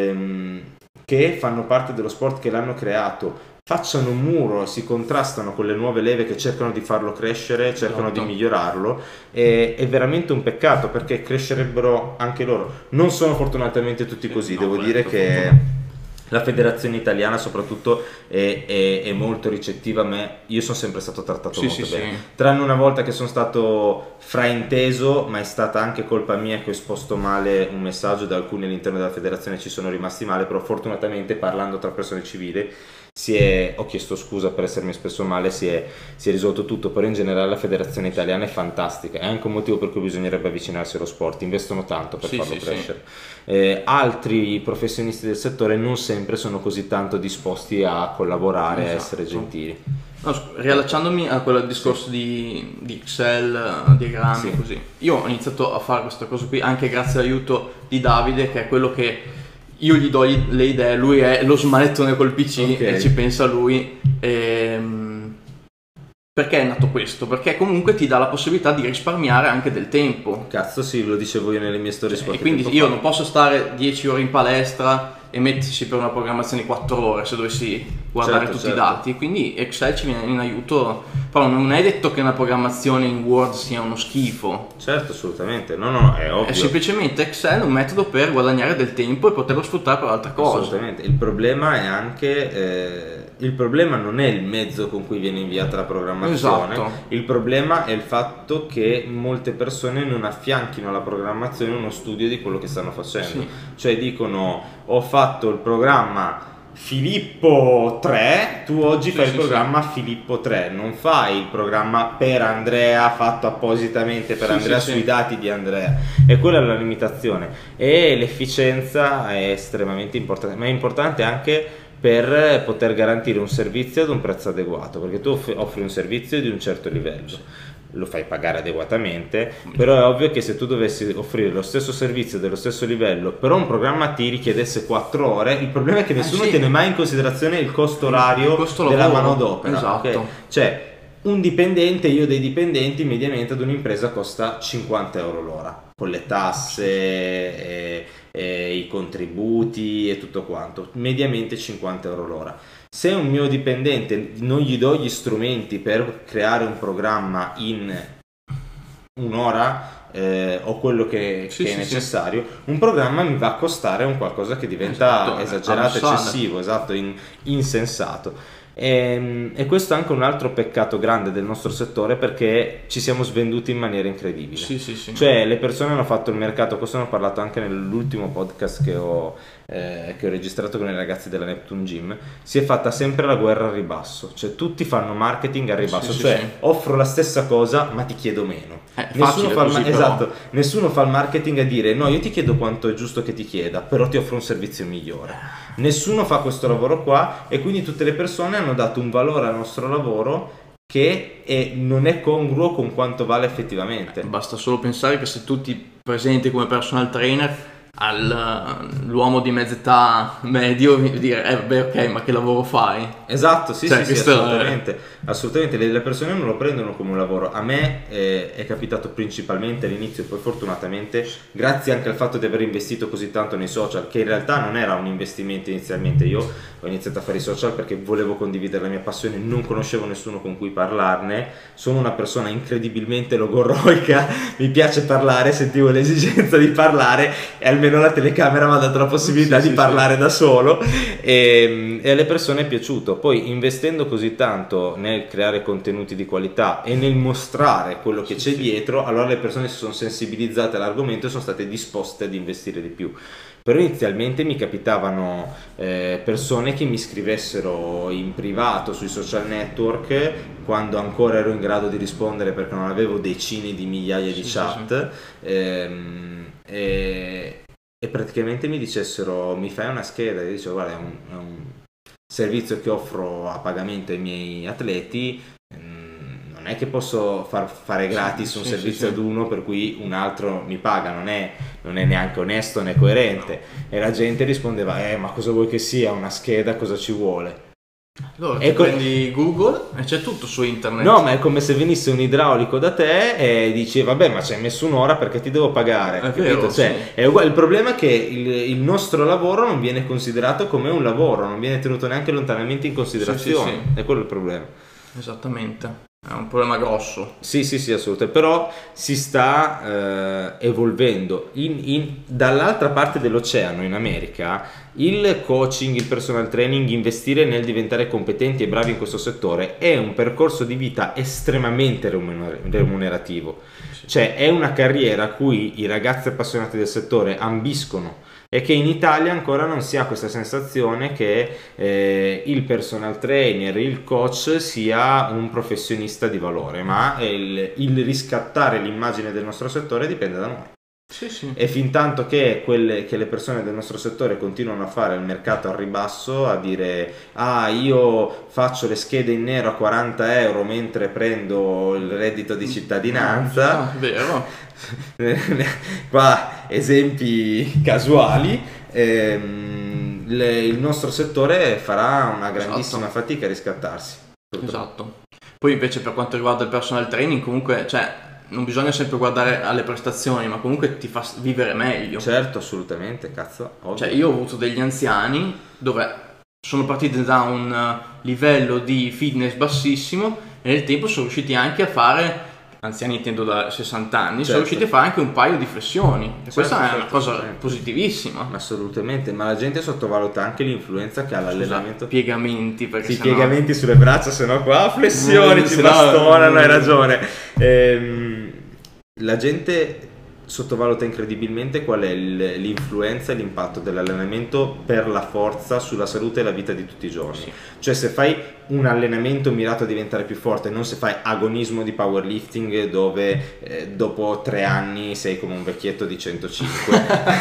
che fanno parte dello sport, che l'hanno creato, facciano un muro e si contrastano con le nuove leve che cercano di farlo crescere, cercano di migliorarlo, è veramente un peccato, perché crescerebbero anche loro. Non sono fortunatamente tutti così, devo dire che la federazione italiana soprattutto è molto ricettiva a me. Io sono sempre stato trattato molto bene, tranne una volta che sono stato frainteso, ma è stata anche colpa mia che ho esposto male un messaggio, da alcuni all'interno della federazione ci sono rimasti male, però fortunatamente, parlando tra persone civili, ho chiesto scusa per essermi espresso male, si è risolto tutto. Però in generale la federazione italiana è fantastica, è anche un motivo per cui bisognerebbe avvicinarsi allo sport, investono tanto per farlo crescere. Altri professionisti del settore non sempre sono così tanto disposti a collaborare, a essere gentili. No, riallacciandomi a quel discorso di Excel, diagrammi, così, io ho iniziato a fare questa cosa qui anche grazie all'aiuto di Davide, che è quello che io gli do le idee, lui è lo smanettone col PC e ci pensa lui. Perché è nato questo? Perché comunque ti dà la possibilità di risparmiare anche del tempo. Cazzo sì, lo dicevo io nelle mie storie. E quindi io non posso stare 10 ore in palestra e mettersi per una programmazione di 4 ore se dovessi guardare tutti i dati. Quindi Excel ci viene in aiuto, però non è detto che una programmazione in Word sia uno schifo. Certo, assolutamente, no, è ovvio. È semplicemente Excel un metodo per guadagnare del tempo e poterlo sfruttare per altre cose. Assolutamente, il problema è anche... il problema non è il mezzo con cui viene inviata la programmazione, il problema è il fatto che molte persone non affianchino alla programmazione uno studio di quello che stanno facendo. Cioè dicono: ho fatto il programma Filippo 3, tu oggi fai il programma Filippo 3, non fai il programma per Andrea, fatto appositamente per Andrea, sui dati di Andrea. E quella è la limitazione, e l'efficienza è estremamente importante, ma è importante anche per poter garantire un servizio ad un prezzo adeguato, perché tu offri un servizio di un certo livello, lo fai pagare adeguatamente, però è ovvio che se tu dovessi offrire lo stesso servizio dello stesso livello, però un programma ti richiedesse 4 ore, il problema è che nessuno tiene mai in considerazione il costo orario della manodopera. Cioè, un dipendente, io dei dipendenti, mediamente ad un'impresa costa 50 euro l'ora, con le tasse, i contributi e tutto quanto, mediamente 50 euro l'ora. Se un mio dipendente non gli do gli strumenti per creare un programma in un'ora, o quello che è necessario, un programma mi va a costare un qualcosa che diventa esagerato, eccessivo, insensato. E questo è anche un altro peccato grande del nostro settore, perché ci siamo svenduti in maniera incredibile. Cioè, le persone hanno fatto il mercato, questo ne ho parlato anche nell'ultimo podcast che ho registrato con i ragazzi della Neptune Gym. Si è fatta sempre la guerra al ribasso, cioè tutti fanno marketing al ribasso, offro la stessa cosa ma ti chiedo meno. Nessuno fa il marketing a dire: no, io ti chiedo quanto è giusto che ti chieda, però ti offro un servizio migliore. Nessuno fa questo lavoro qua, e quindi tutte le persone hanno dato un valore al nostro lavoro che non è congruo con quanto vale effettivamente. Basta solo pensare che se tu ti presenti come personal trainer all'uomo di mezza età medio, dire ok, ma che lavoro fai? Esatto, assolutamente. Le persone non lo prendono come un lavoro. A me è capitato principalmente all'inizio, e poi fortunatamente, grazie anche al fatto di aver investito così tanto nei social, che in realtà non era un investimento inizialmente. Io ho iniziato a fare i social perché volevo condividere la mia passione, non conoscevo nessuno con cui parlarne, sono una persona incredibilmente logorroica, mi piace parlare, sentivo l'esigenza di parlare, e almeno la telecamera mi ha dato la possibilità di parlare da solo, e alle persone è piaciuto. Poi, investendo così tanto nel creare contenuti di qualità e nel mostrare quello che c'è dietro, allora le persone si sono sensibilizzate all'argomento e sono state disposte ad investire di più. Però inizialmente mi capitavano persone che mi scrivessero in privato sui social network, quando ancora ero in grado di rispondere perché non avevo decine di migliaia di chat, e praticamente mi dicessero: mi fai una scheda? Io dicevo: guarda, è un servizio che offro a pagamento ai miei atleti, non è che posso fare gratis un servizio ad uno per cui un altro mi paga, non è neanche onesto né coerente. E la gente rispondeva: ma cosa vuoi che sia una scheda, cosa ci vuole? Allora È ti co- prendi Google e c'è tutto su internet. No, ma è come se venisse un idraulico da te e dici vabbè, ma ci hai messo un'ora perché ti devo pagare, È capito? vero, Cioè, sì. è uguale. Il problema è che il nostro lavoro non viene considerato come un lavoro, non viene tenuto neanche lontanamente in considerazione. Sì, sì. È quello il problema. Esattamente. È un problema grosso. Sì, sì, sì, assolutamente. Però si sta evolvendo. Dall'altra parte dell'oceano, in America, il coaching, il personal training, investire nel diventare competenti e bravi in questo settore è un percorso di vita estremamente remunerativo. Cioè, è una carriera a cui i ragazzi appassionati del settore ambiscono. E che in Italia ancora non si ha questa sensazione che il personal trainer, il coach sia un professionista di valore, ma il riscattare l'immagine del nostro settore dipende da noi. Sì, sì. E fin tanto che le persone del nostro settore continuano a fare il mercato al ribasso, a dire io faccio le schede in nero a 40 euro mentre prendo il reddito di cittadinanza, Vero. qua esempi casuali, il nostro settore farà una grandissima fatica a riscattarsi. Esatto. Poi invece per quanto riguarda il personal training, comunque, cioè, non bisogna sempre guardare alle prestazioni, ma comunque ti fa vivere meglio. Certo, assolutamente, cazzo, ovvio. Cioè, io ho avuto degli anziani dove sono partiti da un livello di fitness bassissimo e nel tempo sono riusciti anche a fare, anziani intendo da 60 anni, sono riusciti a fare anche un paio di flessioni. E questa è una cosa positivissima. Assolutamente, ma la gente sottovaluta anche l'influenza che ha l'allenamento. Piegamenti, perché Sì, piegamenti sulle braccia, se no qua flessioni ci bastonano, hai ragione. La gente sottovaluta incredibilmente qual è l'influenza e l'impatto dell'allenamento per la forza sulla salute e la vita di tutti i giorni. Sì. Cioè, se fai un allenamento mirato a diventare più forte, non se fai agonismo di powerlifting dove dopo 3 anni sei come un vecchietto di 105.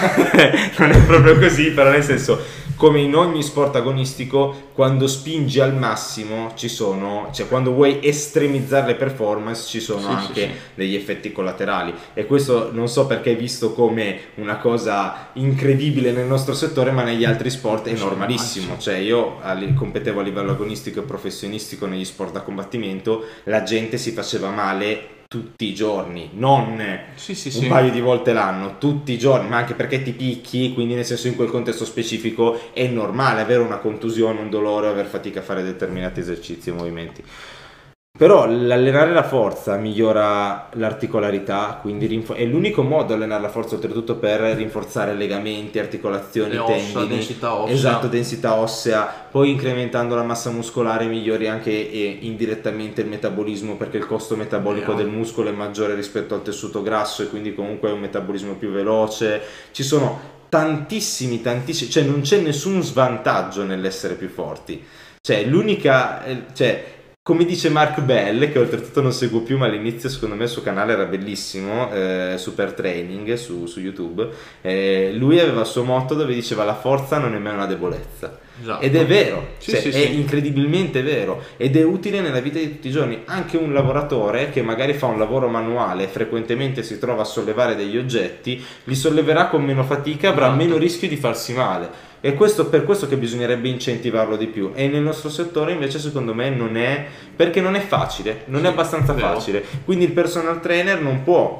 Non è proprio così, però nel senso, come in ogni sport agonistico, quando spingi al massimo ci sono, cioè quando vuoi estremizzare le performance ci sono anche degli effetti collaterali, e questo non so perché è visto come una cosa incredibile nel nostro settore, ma negli altri sport è normalissimo. Cioè, io competevo a livello agonistico e professionistico negli sport da combattimento, la gente si faceva male tutti i giorni, non un paio di volte l'anno, tutti i giorni, ma anche perché ti picchi, quindi nel senso, in quel contesto specifico è normale avere una contusione, un dolore, aver fatica a fare determinati esercizi e movimenti. Però l'allenare la forza migliora l'articolarità, quindi è l'unico modo allenare la forza, oltretutto, per rinforzare legamenti, articolazioni, tendini, densità ossea. Esatto, densità ossea. Poi incrementando la massa muscolare migliori anche indirettamente il metabolismo, perché il costo metabolico del muscolo è maggiore rispetto al tessuto grasso e quindi comunque è un metabolismo più veloce. Ci sono tantissimi, cioè non c'è nessun svantaggio nell'essere più forti. Cioè l'unica, come dice Mark Bell, che oltretutto non seguo più, ma all'inizio secondo me il suo canale era bellissimo, Super Training su YouTube, lui aveva il suo motto dove diceva: la forza non è mai una debolezza. Esatto. Ed è vero, è incredibilmente vero, ed è utile nella vita di tutti i giorni. Anche un lavoratore che magari fa un lavoro manuale e frequentemente si trova a sollevare degli oggetti, li solleverà con meno fatica, avrà meno rischio di farsi male. E per questo che bisognerebbe incentivarlo di più. E nel nostro settore invece secondo me non è, perché non è facile, non è abbastanza facile. Quindi il personal trainer non può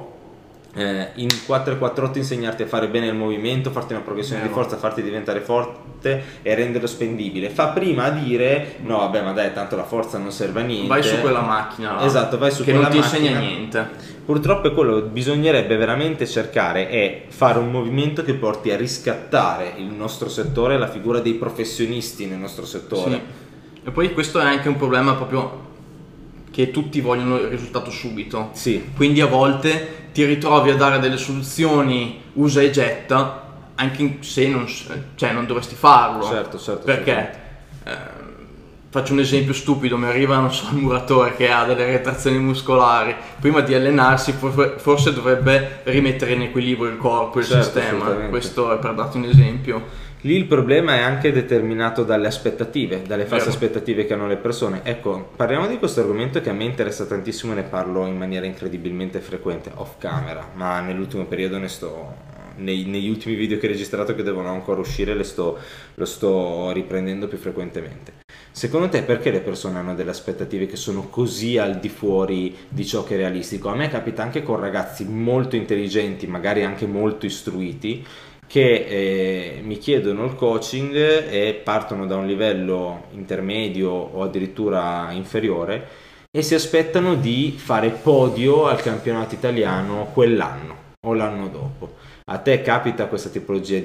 in 4-4-8 insegnarti a fare bene il movimento, farti una progressione di forza, farti diventare forte e renderlo spendibile. Fa prima a dire: no vabbè, ma dai, tanto la forza non serve a niente, vai su quella macchina là, esatto, vai su che quella non ti macchina. insegna niente. Purtroppo è quello che bisognerebbe veramente cercare, è fare un movimento che porti a riscattare il nostro settore, la figura dei professionisti nel nostro settore. E poi questo è anche un problema proprio che tutti vogliono il risultato subito. Quindi a volte ti ritrovi a dare delle soluzioni usa e getta, anche se non dovresti farlo. Certo. Perché faccio un esempio stupido: mi arriva, non so, il muratore che ha delle retrazioni muscolari, prima di allenarsi forse dovrebbe rimettere in equilibrio il corpo, il sistema. Questo è per darti un esempio. Lì il problema è anche determinato dalle aspettative, dalle false aspettative che hanno le persone. Ecco, parliamo di questo argomento che a me interessa tantissimo e ne parlo in maniera incredibilmente frequente off camera, ma nell'ultimo periodo negli ultimi video che ho registrato, che devono ancora uscire, lo sto riprendendo più frequentemente. Secondo te perché le persone hanno delle aspettative che sono così al di fuori di ciò che è realistico? A me capita anche con ragazzi molto intelligenti, magari anche molto istruiti, che mi chiedono il coaching e partono da un livello intermedio o addirittura inferiore e si aspettano di fare podio al campionato italiano quell'anno o l'anno dopo. A te capita questa tipologia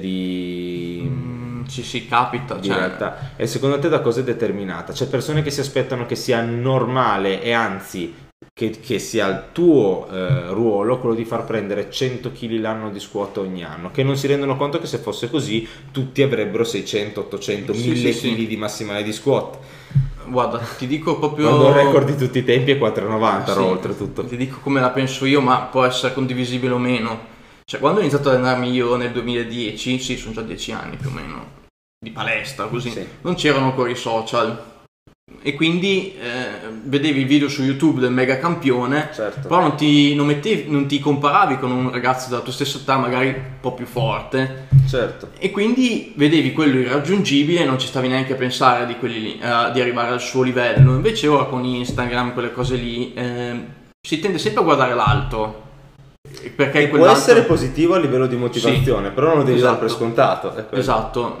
Sì, capita. di realtà? E secondo te da cosa è determinata? C'è persone che si aspettano che sia normale e anzi che sia il tuo ruolo quello di far prendere 100 kg l'anno di squat ogni anno, che non si rendono conto che se fosse così tutti avrebbero 600, 800, 1000 kg di massimale di squat. Guarda, ti dico proprio... Quando il record di tutti i tempi è 4,90 oltretutto. Ti dico come la penso io, ma può essere condivisibile o meno. Cioè, quando ho iniziato ad allenarmi io nel 2010, sì, sono già 10 anni più o meno, di palestra, così, Sì. non c'erano ancora i social. E quindi vedevi il video su YouTube del mega campione, Certo. però non ti comparavi con un ragazzo della tua stessa età, magari un po' più forte. Certo. E quindi vedevi quello irraggiungibile e non ci stavi neanche a pensare di quelli lì, di arrivare al suo livello. Invece ora con Instagram, quelle cose lì, si tende sempre a guardare l'alto. Perché Può essere positivo a livello di motivazione, Sì, però non lo devi dare esatto. per scontato. È quello. Esatto.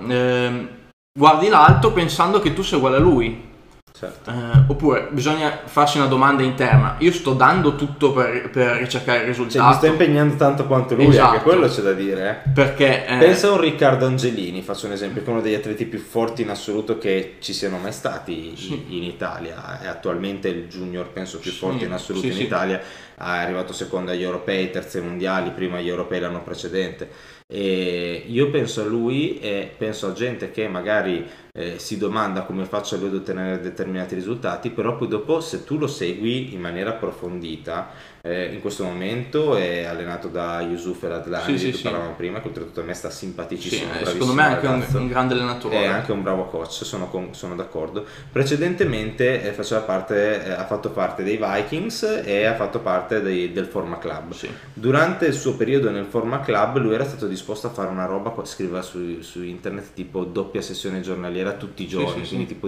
Guardi l'alto pensando che tu sia uguale a lui. Certo. Oppure bisogna farsi una domanda interna: io sto dando tutto per ricercare il risultato? Cioè, mi sto impegnando tanto quanto lui, Esatto. anche quello c'è da dire. Perché Pensa a un Riccardo Angelini, faccio un esempio, che è uno degli atleti più forti in assoluto che ci siano mai stati in Italia. È attualmente il junior, penso, più forte in assoluto in Italia. È arrivato secondo agli europei, terzo ai mondiali, prima agli europei l'anno precedente. E io penso a lui e penso a gente che magari si domanda come faccio lui ad ottenere determinati risultati, però poi dopo, se tu lo segui in maniera approfondita, in questo momento è allenato da Yusuf El Adlani, di cui parlavamo prima, che oltretutto a me sta simpaticissimo, secondo me è anche un grande allenatore, è anche un bravo coach, sono d'accordo. Precedentemente ha fatto parte dei Vikings e ha fatto parte del Forma Club. Durante il suo periodo nel Forma Club lui era stato disposto a fare una roba, scriveva su internet, tipo doppia sessione giornaliera tutti i giorni, quindi tipo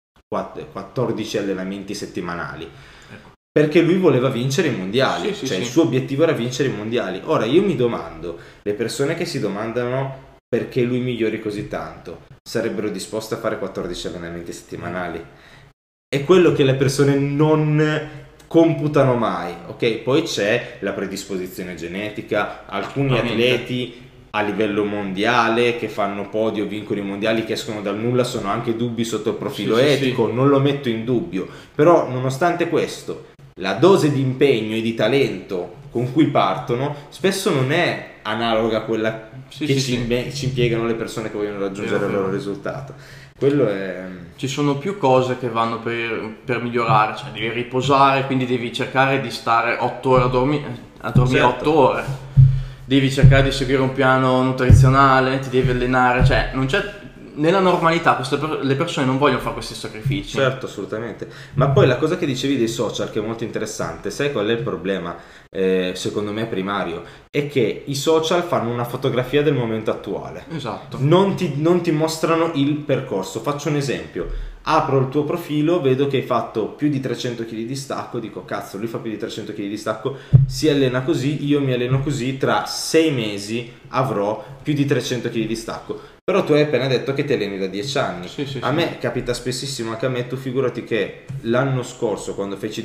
14 allenamenti settimanali, perché lui voleva vincere i mondiali, il suo obiettivo era vincere i mondiali. Ora io mi domando, le persone che si domandano perché lui migliori così tanto sarebbero disposte a fare 14 allenamenti settimanali? È quello che le persone non computano mai, ok? Poi c'è la predisposizione genetica, alcuni atleti a livello mondiale che fanno podio, vincono i mondiali, che escono dal nulla, sono anche dubbi sotto il profilo etico, non lo metto in dubbio, però nonostante questo la dose di impegno e di talento con cui partono spesso non è analoga a quella che ci impiegano le persone che vogliono raggiungere il loro risultato. Quello è... Ci sono più cose che vanno per migliorare, cioè devi riposare, quindi devi cercare di stare 8 ore a dormire 8 ore, devi cercare di seguire un piano nutrizionale, ti devi allenare, cioè non c'è... Nella normalità le persone non vogliono fare questi sacrifici. Certo, assolutamente. Ma poi la cosa che dicevi dei social, che è molto interessante, sai qual è il problema? Secondo me primario, è che i social fanno una fotografia del momento attuale. Esatto. Non ti mostrano il percorso. Faccio un esempio: apro il tuo profilo, vedo che hai fatto più di 300 kg di stacco, dico cazzo, lui fa più di 300 kg di stacco, si allena così, io mi alleno così, tra 6 mesi avrò più di 300 kg di stacco. Però tu hai appena detto che ti alleni da 10 anni. A me capita spessissimo, anche a me, tu figurati che l'anno scorso, quando feci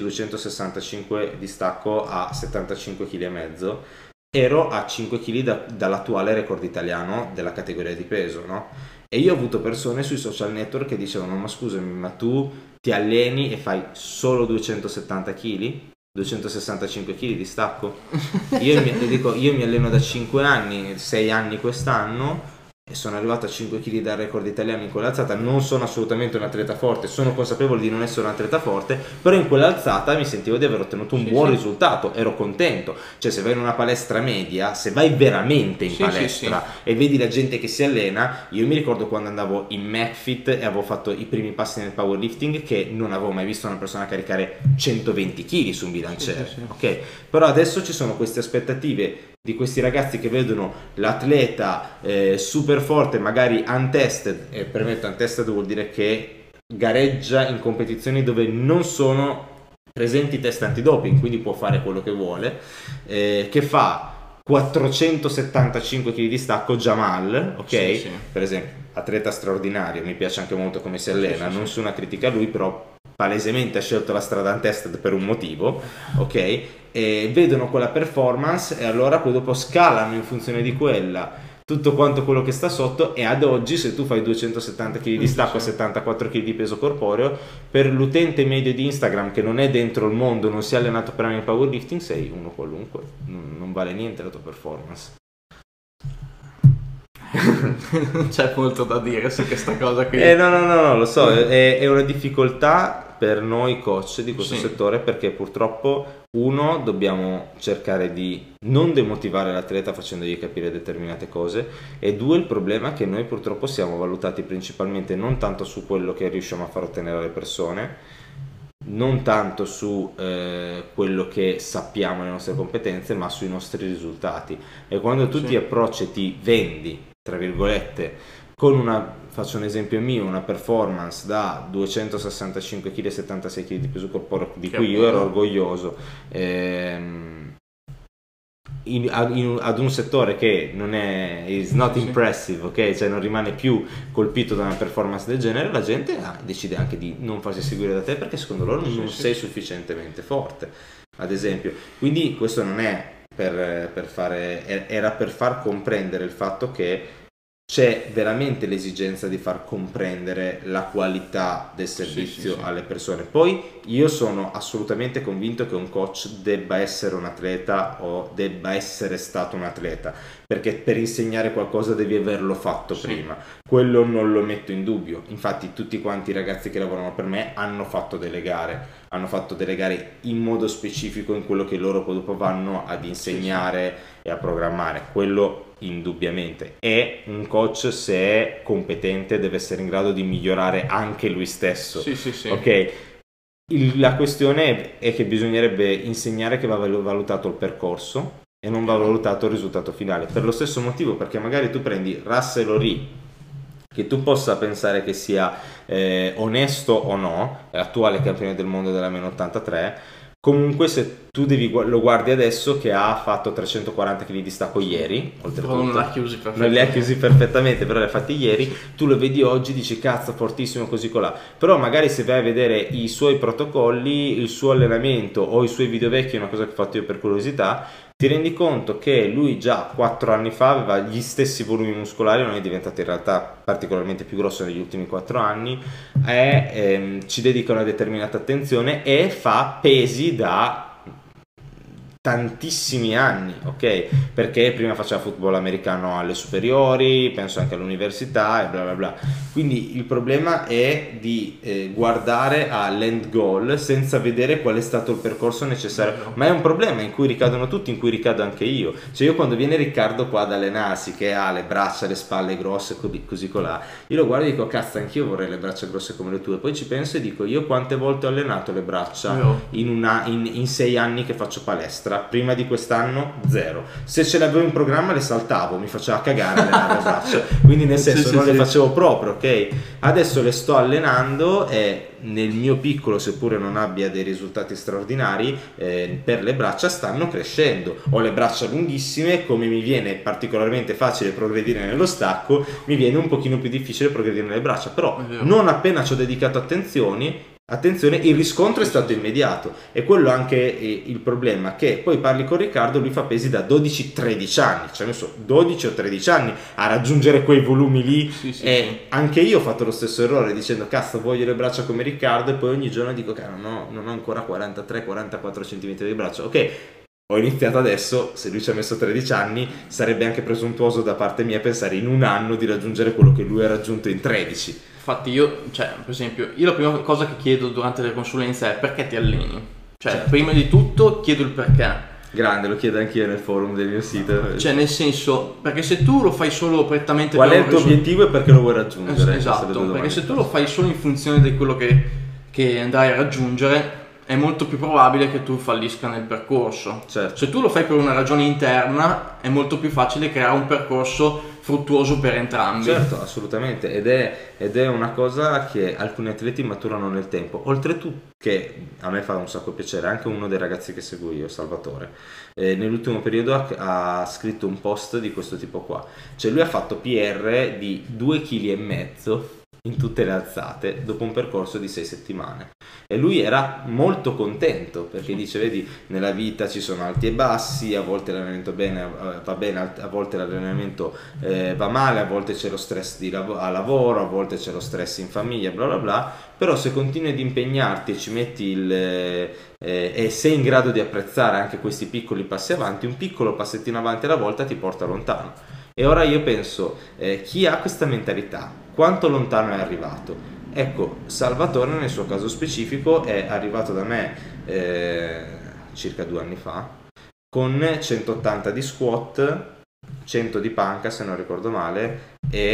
265 di stacco a 75 kg e mezzo, ero a 5 kg dall'attuale record italiano della categoria di peso, no? E io ho avuto persone sui social network che dicevano: ma scusami, ma tu ti alleni e fai solo 270 kg? 265 kg di stacco? Io mi alleno da 5 anni, 6 anni quest'anno, e sono arrivato a 5 kg dal record italiano in quell'alzata. Non sono assolutamente un atleta forte, sono consapevole di non essere un atleta forte, però in quell'alzata mi sentivo di aver ottenuto un buon risultato, ero contento. Cioè, se vai in una palestra media, se vai veramente in palestra e vedi la gente che si allena, io mi ricordo quando andavo in McFit e avevo fatto i primi passi nel powerlifting, che non avevo mai visto una persona caricare 120 kg su un bilanciere, ok? Però adesso ci sono queste aspettative di questi ragazzi che vedono l'atleta super forte, magari untested, e per me untested vuol dire che gareggia in competizioni dove non sono presenti test antidoping, quindi può fare quello che vuole, che fa 475 kg di stacco. Jamal, ok? Sì. Per esempio, atleta straordinario, mi piace anche molto come si allena, non su una critica a lui, però palesemente ha scelto la strada untested per un motivo, ok? E vedono quella performance e allora poi dopo scalano in funzione di quella tutto quanto quello che sta sotto, e ad oggi se tu fai 270 kg di stacco e 74 kg di peso corporeo, per l'utente medio di Instagram che non è dentro il mondo, non si è allenato per anni in powerlifting, sei uno qualunque, non vale niente la tua performance. Non c'è molto da dire su questa cosa qui. No, lo so, è una difficoltà per noi coach di questo settore, perché purtroppo dobbiamo cercare di non demotivare l'atleta facendogli capire determinate cose, e due, il problema è che noi purtroppo siamo valutati principalmente non tanto su quello che riusciamo a far ottenere alle persone, non tanto su quello che sappiamo, le nostre competenze, ma sui nostri risultati. E quando tu ti approcci e ti vendi, tra virgolette, con faccio un esempio mio, una performance da 265 kg e 76 kg di peso corporeo, di cui io ero orgoglioso, ad un settore che non è is not impressive, ok? Cioè non rimane più colpito da una performance del genere, la gente decide anche di non farsi seguire da te perché secondo loro non sei sufficientemente forte, ad esempio. Quindi questo non è era per far comprendere il fatto che c'è veramente l'esigenza di far comprendere la qualità del servizio alle persone. Poi io sono assolutamente convinto che un coach debba essere un atleta o debba essere stato un atleta, perché per insegnare qualcosa devi averlo fatto prima. Quello non lo metto in dubbio. Infatti tutti quanti i ragazzi che lavorano per me hanno fatto delle gare in modo specifico in quello che loro poi dopo vanno ad insegnare e a programmare. Quello indubbiamente. E un coach, se è competente, deve essere in grado di migliorare anche lui stesso. Ok? La questione è che bisognerebbe insegnare che va valutato il percorso e non va valutato il risultato finale, per lo stesso motivo, perché magari tu prendi Russell O'Ree, che tu possa pensare che sia onesto o no, è l'attuale campione del mondo della meno 83. Comunque se tu lo guardi adesso, che ha fatto 340 kg di stacco ieri, oltretutto non li ha chiusi perfettamente, però li ha fatti ieri, tu lo vedi oggi, dici cazzo fortissimo così colà, però magari se vai a vedere i suoi protocolli, il suo allenamento o i suoi video vecchi, una cosa che ho fatto io per curiosità, ti rendi conto che lui già 4 anni fa aveva gli stessi volumi muscolari, non è diventato in realtà particolarmente più grosso negli ultimi 4 anni, ci dedica una determinata attenzione e fa pesi da tantissimi anni, ok? Perché prima faceva football americano alle superiori, penso anche all'università e bla bla bla. Quindi il problema è di guardare all'end goal senza vedere qual è stato il percorso necessario, ma è un problema in cui ricadono tutti, in cui ricado anche io. Cioè io quando viene Riccardo qua ad allenarsi, che ha le braccia, le spalle grosse, così colà, io lo guardo e dico cazzo, anch'io vorrei le braccia grosse come le tue. Poi ci penso e dico, io quante volte ho allenato le braccia in 6 anni che faccio palestra? Prima di quest'anno 0. Se ce l'avevo in programma le saltavo, mi faceva cagare allenare le braccia, quindi nel senso non le facevo proprio, ok? Adesso le sto allenando e nel mio piccolo, seppure non abbia dei risultati straordinari, per le braccia stanno crescendo. Ho le braccia lunghissime, come mi viene particolarmente facile progredire nello stacco, mi viene un pochino più difficile progredire nelle braccia, però non appena ci ho dedicato attenzione, il riscontro è stato immediato. E quello anche il problema, che poi parli con Riccardo, lui fa pesi da 12-13 anni, ci ha messo 12 o 13 anni a raggiungere quei volumi lì, anche io ho fatto lo stesso errore dicendo cazzo voglio le braccia come Riccardo, e poi ogni giorno dico che non ho ancora 43-44 cm di braccio, ok, ho iniziato adesso, se lui ci ha messo 13 anni sarebbe anche presuntuoso da parte mia pensare in un anno di raggiungere quello che lui ha raggiunto in 13. Infatti io, per esempio, la prima cosa che chiedo durante le consulenze è perché ti alleni? Prima di tutto chiedo il perché. Grande, lo chiedo anch'io nel forum del mio sito. Nel senso, perché se tu lo fai solo prettamente qual è il tuo obiettivo e perché lo vuoi raggiungere? Esatto, perché se tu lo fai solo in funzione di quello che andrai a raggiungere, è molto più probabile che tu fallisca nel percorso. Certo. Se tu lo fai per una ragione interna, è molto più facile creare un percorso fruttuoso per entrambi. Certo, assolutamente, ed è una cosa che alcuni atleti maturano nel tempo. Oltretutto, che a me fa un sacco piacere, anche uno dei ragazzi che seguo io, Salvatore, nell'ultimo periodo ha scritto un post di questo tipo qua. Cioè lui ha fatto PR di 2,5 kg in tutte le alzate dopo un percorso di 6 settimane, e lui era molto contento perché dice: vedi, nella vita ci sono alti e bassi, a volte l'allenamento va bene, a volte l'allenamento va male, a volte c'è lo stress a lavoro, a volte c'è lo stress in famiglia, bla bla bla, però se continui ad impegnarti e ci metti e sei in grado di apprezzare anche questi piccoli passi avanti, un piccolo passettino avanti alla volta ti porta lontano. E ora io penso, chi ha questa mentalità, quanto lontano è arrivato? Ecco, Salvatore nel suo caso specifico è arrivato da me circa 2 anni fa con 180 di squat, 100 di panca se non ricordo male,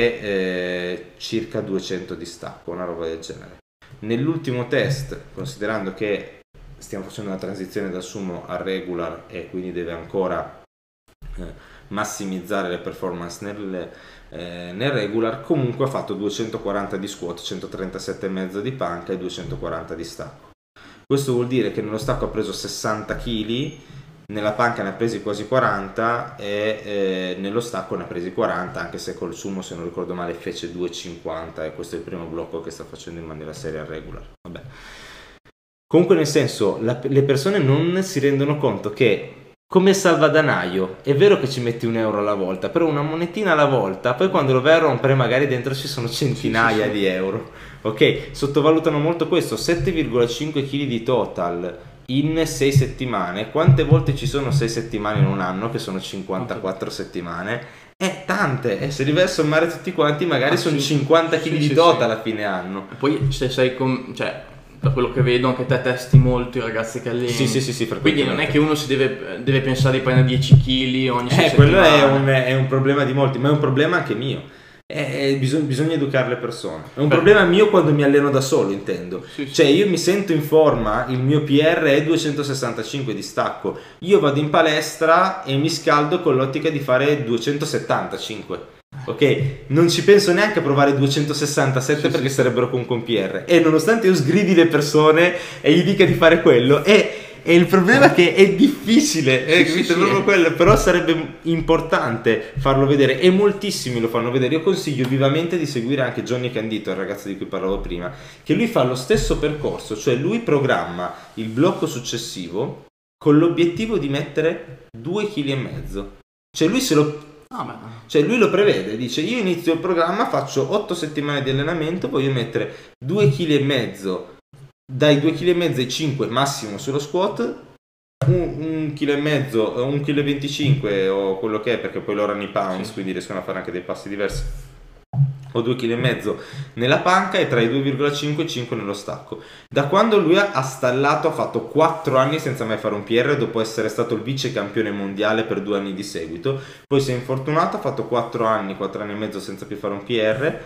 e circa 200 di stacco, una roba del genere. Nell'ultimo test, considerando che stiamo facendo una transizione dal sumo al regular e quindi deve ancora massimizzare le performance nel regular, comunque ha fatto 240 di squat, 137,5 di panca e 240 di stacco. Questo vuol dire che nello stacco ha preso 60 kg, nella panca ne ha presi quasi 40 e nello stacco ne ha presi 40, anche se col sumo, se non ricordo male, fece 2,50, e questo è il primo blocco che sta facendo in maniera seria al regular. Vabbè. Comunque, nel senso, le persone non si rendono conto che, come salvadanaio, è vero che ci metti €1 alla volta, però una monetina alla volta, poi quando lo vai a rompere magari dentro ci sono centinaia di euro. Ok, sottovalutano molto questo. 7,5 kg di total in 6 settimane. Quante volte ci sono 6 settimane in un anno, che sono 54 settimane? Tante, e se li vai a sommare tutti quanti magari sono 50 kg di total a fine anno. E poi se sei da quello che vedo anche te testi molto i ragazzi che alleni. Sì, quindi non è che uno si deve pensare di prendere 10 kg ogni 6 quello settimane. è un problema di molti, ma è un problema anche mio. Bisogna educare le persone. È un problema mio quando mi alleno da solo, intendo. Cioè, io mi sento in forma, il mio PR è 265 di stacco, io vado in palestra e mi scaldo con l'ottica di fare 275. Ok, non ci penso neanche a provare 267 perché sarebbero con PR, e nonostante io sgridi le persone e gli dica di fare quello, e il problema è che è difficile, proprio quello, però sarebbe importante farlo vedere, e moltissimi lo fanno vedere. Io consiglio vivamente di seguire anche Johnny Candito, il ragazzo di cui parlavo prima, che lui fa lo stesso percorso, cioè lui programma il blocco successivo con l'obiettivo di mettere 2,5 kg. Cioè lui lui lo prevede, dice: io inizio il programma, faccio 8 settimane di allenamento, voglio mettere 2,5 kg, dai 2,5 kg ai 5 massimo sullo squat, 1,5 kg, 1,25 kg o quello che è, perché poi loro hanno i pounds, quindi riescono a fare anche dei passi diversi, o 2,5 kg nella panca, e tra i 2,5 e i 5 nello stacco. Da quando lui ha stallato, ha fatto 4 anni senza mai fare un PR, dopo essere stato il vice campione mondiale per 2 anni di seguito. Poi si è infortunato, ha fatto 4 anni e mezzo senza più fare un PR.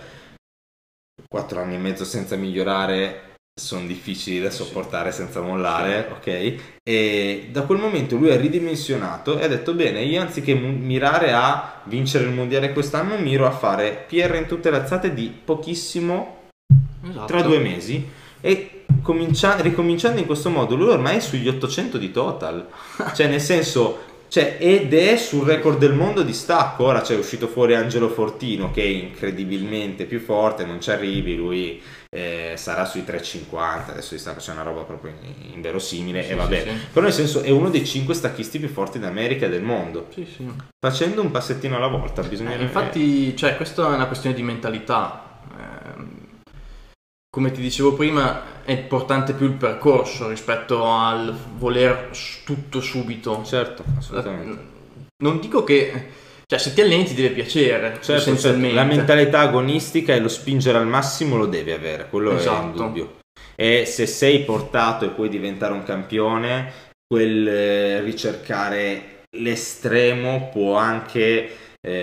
4 anni e mezzo senza migliorare sono difficili da sopportare senza mollare, ok? E da quel momento lui ha ridimensionato e ha detto: bene, io anziché mirare a vincere il mondiale quest'anno, miro a fare PR in tutte le alzate di pochissimo, tra 2 mesi, e ricominciando in questo modo lui ormai è sugli 800 di total, cioè nel senso, ed è sul record del mondo di stacco. Ora c'è uscito fuori Angelo Fortino che è incredibilmente più forte, non ci arrivi, lui sarà sui 3,50, adesso di stacco c'è una roba proprio inverosimile, e vabbè, però nel senso è uno dei 5 stacchisti più forti d'America e del mondo, facendo un passettino alla volta. Infatti, questa è una questione di mentalità. Come ti dicevo prima, è importante più il percorso rispetto al voler tutto subito. Certo, assolutamente. Non dico che, se ti alleni ti deve piacere, essenzialmente. La mentalità agonistica e lo spingere al massimo lo devi avere, quello è indubbio. E se sei portato e puoi diventare un campione, quel ricercare l'estremo può anche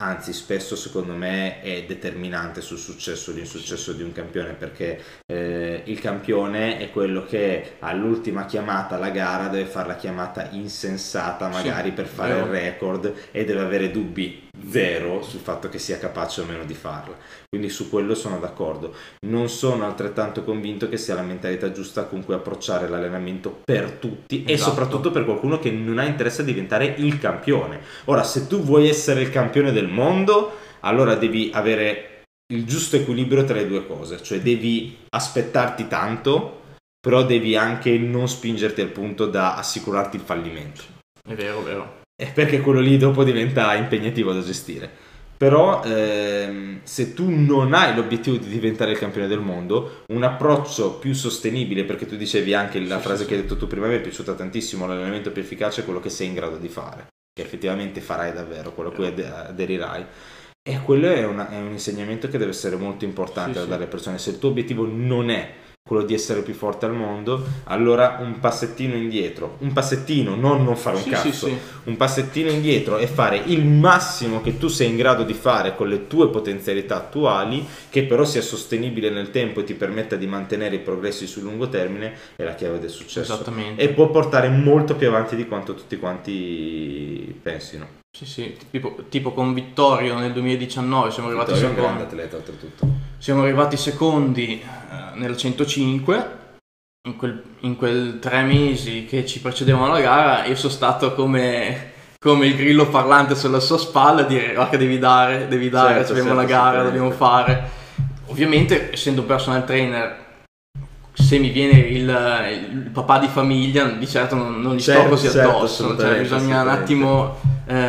anzi spesso secondo me è determinante sul successo o l'insuccesso di un campione, perché il campione è quello che all'ultima chiamata alla gara deve fare la chiamata insensata magari per fare il record, e deve avere dubbi zero sul fatto che sia capace o meno di farla. Quindi su quello sono d'accordo. Non sono altrettanto convinto che sia la mentalità giusta con cui approcciare l'allenamento per tutti, e soprattutto per qualcuno che non ha interesse a diventare il campione. Ora, se tu vuoi essere il campione del mondo, allora devi avere il giusto equilibrio tra le due cose, cioè devi aspettarti tanto, però devi anche non spingerti al punto da assicurarti il fallimento. È vero, vero. Perché quello lì dopo diventa impegnativo da gestire. Però se tu non hai l'obiettivo di diventare il campione del mondo, un approccio più sostenibile, perché tu dicevi anche la frase che hai detto tu prima, mi è piaciuta tantissimo: l'allenamento più efficace è quello che sei in grado di fare, che effettivamente farai davvero, quello a cui aderirai. E quello è un insegnamento che deve essere molto importante da dare alle persone. Se il tuo obiettivo non è quello di essere più forte al mondo, allora un passettino indietro, un passettino, non fare un cazzo, un passettino indietro e fare il massimo che tu sei in grado di fare con le tue potenzialità attuali, che però sia sostenibile nel tempo e ti permetta di mantenere i progressi sul lungo termine, è la chiave del successo. Esattamente. E può portare molto più avanti di quanto tutti quanti pensino. Sì, tipo con Vittorio nel 2019 siamo arrivati secondi. Grande atleta oltretutto. Siamo arrivati secondi nel 105, in quel 3 mesi che ci precedevano la gara. Io sono stato come il grillo parlante sulla sua spalla a dire: guarda che devi dare, abbiamo la gara, dobbiamo fare. Ovviamente, essendo personal trainer, se mi viene il papà di famiglia, di certo non gli sto così addosso, cioè bisogna un attimo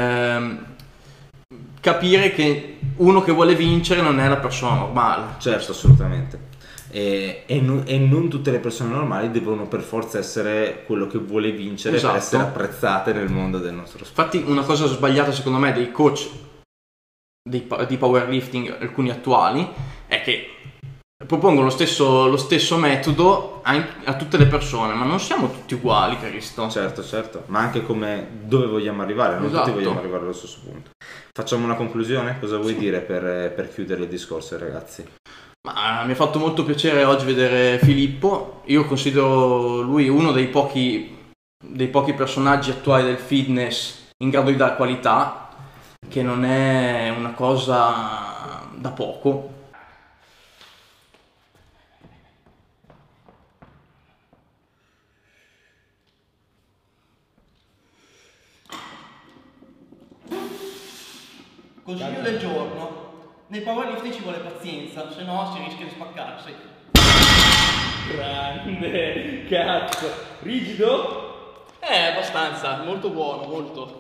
capire che uno che vuole vincere non è una persona normale. Certo, assolutamente. E non tutte le persone normali devono per forza essere quello che vuole vincere per essere apprezzate nel mondo del nostro sport. Infatti una cosa sbagliata secondo me dei coach di powerlifting, alcuni attuali, è che propongono lo stesso metodo a tutte le persone, ma non siamo tutti uguali, Cristo. Certo, ma anche come dove vogliamo arrivare, non tutti vogliamo arrivare allo stesso punto. Facciamo una conclusione? Cosa vuoi dire per chiudere il discorso, ragazzi? Ma mi ha fatto molto piacere oggi vedere Filippo. Io considero lui uno dei pochi personaggi attuali del fitness in grado di dare qualità, che non è una cosa da poco. Consiglio del giorno: nel powerlifting ci vuole pazienza, se no si rischia di spaccarsi. Grande, cazzo! Rigido? Abbastanza, molto buono, molto.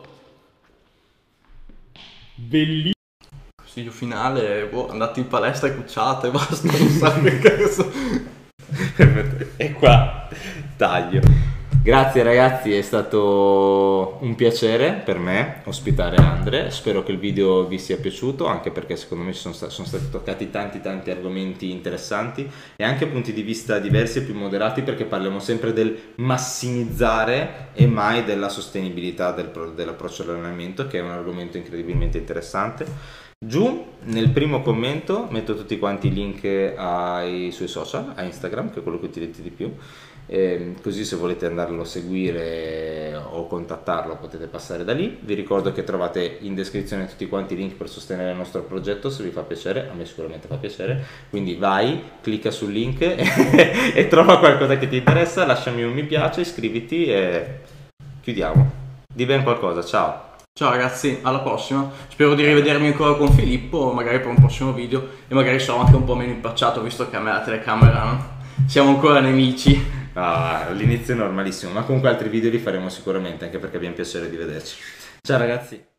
Bellissimo. Consiglio finale: andate in palestra e cucciate, basta, non so che cazzo. E qua taglio. Grazie ragazzi, è stato un piacere per me ospitare Andre. Spero che il video vi sia piaciuto, anche perché secondo me sono stati toccati tanti argomenti interessanti e anche punti di vista diversi e più moderati, perché parliamo sempre del massimizzare e mai della sostenibilità dell'approccio all'allenamento, che è un argomento incredibilmente interessante. Giù nel primo commento metto tutti quanti i link ai suoi social, a Instagram, che è quello che utilizzi di più, così se volete andarlo a seguire o contattarlo potete passare da lì. Vi ricordo che trovate in descrizione tutti quanti i link per sostenere il nostro progetto, se vi fa piacere. A me sicuramente fa piacere, quindi vai, clicca sul link e trova qualcosa che ti interessa, lasciami un mi piace, iscriviti e chiudiamo. Di ben qualcosa, ciao. Ciao ragazzi, alla prossima. Spero di rivedermi ancora con Filippo, magari per un prossimo video, e magari sarò anche un po' meno impacciato, visto che a me la telecamera siamo ancora nemici. All'inizio è normalissimo, ma comunque altri video li faremo sicuramente, anche perché abbiamo piacere di vederci. Ciao ragazzi.